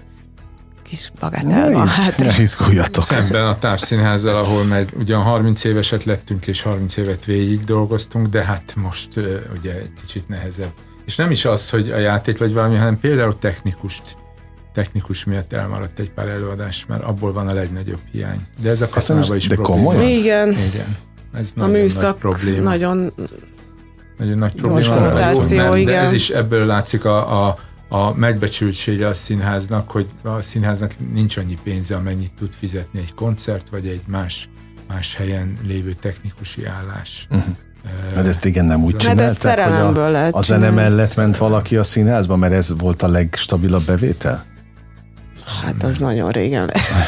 [SPEAKER 3] bagatell van.
[SPEAKER 2] Ne izguljatok.
[SPEAKER 4] Szemben a Társszínházzal, ahol meg ugyan 30 éveset lettünk, és 30 évet végig dolgoztunk, de hát most ugye egy kicsit nehezebb. És nem is az, hogy a játék vagy valami, hanem például technikus miatt elmaradt egy pár előadás, mert abból van a legnagyobb hiány. De ez a Katonában is probléma.
[SPEAKER 3] Igen.
[SPEAKER 4] Ez nagyon nagy probléma.
[SPEAKER 3] Nagyon
[SPEAKER 4] nagy probléma. De ez is ebből látszik a megbecsültsége a színháznak, hogy a színháznak nincs annyi pénze, amennyit tud fizetni egy koncert, vagy egy más helyen lévő technikusi állás.
[SPEAKER 2] Hát ezt igen, nem úgy csinálták, hogy a zene mellett ment valaki a színházba, mert ez volt a legstabilabb bevétel?
[SPEAKER 3] Hát az nagyon régen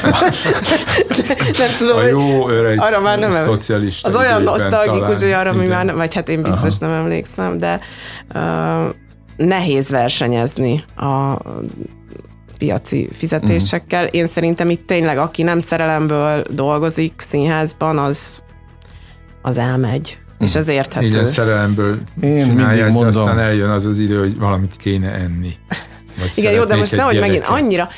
[SPEAKER 3] nem tudom,
[SPEAKER 4] a jó öreg
[SPEAKER 3] arra már nem
[SPEAKER 4] szocialista.
[SPEAKER 3] Az olyan nosztalgikus, hogy arra mi már, vagy hát én biztos nem emlékszem, de nehéz versenyezni a piaci fizetésekkel. Én szerintem itt tényleg, aki nem szerelemből dolgozik színházban, az elmegy. És ez érthető.
[SPEAKER 4] Igen, szerelemből csinálják, de aztán eljön az idő, hogy valamit kéne enni.
[SPEAKER 3] Igen, jó, de most nehogy megint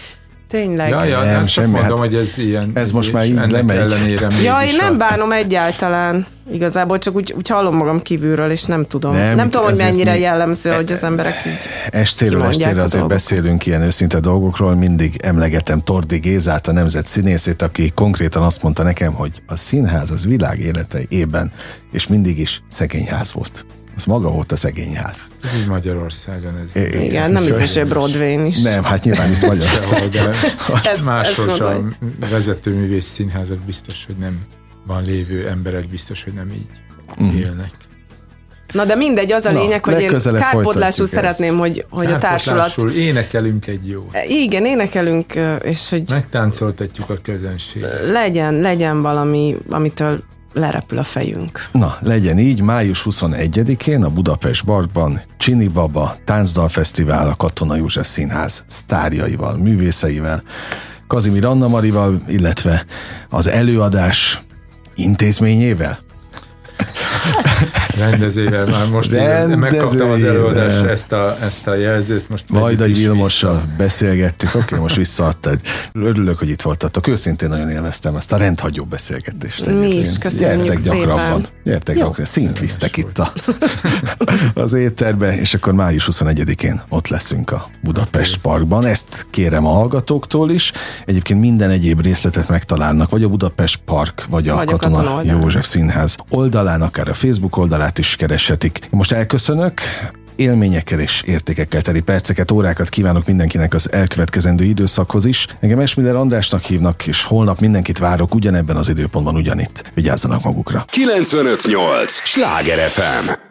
[SPEAKER 3] Tényleg.
[SPEAKER 4] Nem semmi, mondom, hogy ez ilyen.
[SPEAKER 2] Ez most már így lemegy.
[SPEAKER 3] Ja, én nem bánom egyáltalán. Igazából csak úgy hallom magam kívülről, és nem tudom. Nem tudom, hogy mennyire jellemző, hogy az emberek így
[SPEAKER 2] estéről estére azért beszélünk ilyen őszinte dolgokról. Mindig emlegetem Tordi Gézát, a nemzet színészét, aki konkrétan azt mondta nekem, hogy a színház az világ életében, és mindig is szegényház volt. Az maga volt a szegényház.
[SPEAKER 4] Ez így Magyarországon.
[SPEAKER 3] Igen, nem biztos, hogy Broadway-n is.
[SPEAKER 2] Nem, hát nyilván itt Magyarországon.
[SPEAKER 4] Másos a vezetőművész színházak biztos, hogy nem van lévő emberek, biztos, hogy nem így élnek.
[SPEAKER 3] Na de mindegy, az a lényeg, hogy én kárpótlásul szeretném, hogy a társulat...
[SPEAKER 4] énekelünk egy jót.
[SPEAKER 3] Igen, énekelünk, és hogy...
[SPEAKER 4] Megtáncoltatjuk a közönség.
[SPEAKER 3] Legyen valami, amitől lerepül a fejünk.
[SPEAKER 2] Na, legyen így, május 21-én a Budapest Barban Csini Baba Táncdalfesztivál a Katona József Színház sztárjaival, művészeivel, Kazimír Anna Marival, illetve az előadás intézményével.
[SPEAKER 4] Rendezővel, már most megkaptam az előadásra ezt a jelzőt. Most
[SPEAKER 2] Vajdai Vilmossal beszélgettük, oké, most visszaadtad. Örülök, hogy itt voltatok. Őszintén nagyon élveztem ezt a rendhagyó beszélgetést.
[SPEAKER 3] Mi is, köszönjük
[SPEAKER 2] Gyertek
[SPEAKER 3] szépen.
[SPEAKER 2] Gyakrabban. Gyertek gyakrabban. Szint visztek itt az étterbe, és akkor május 21-én ott leszünk a Budapest Parkban. Ezt kérem a hallgatóktól is. Egyébként minden egyéb részletet megtalálnak, vagy a Budapest Park, vagy a Katona József Színház oldalán, akár a Facebook oldalát is kereshetik. Most elköszönök, élményekkel és értékekkel teli perceket, órákat kívánok mindenkinek az elkövetkezendő időszakhoz is. Engem Esmiller Andrásnak hívnak, és holnap mindenkit várok ugyanebben az időpontban ugyanitt. Vigyázzanak magukra.
[SPEAKER 1] 95.8 Sláger FM.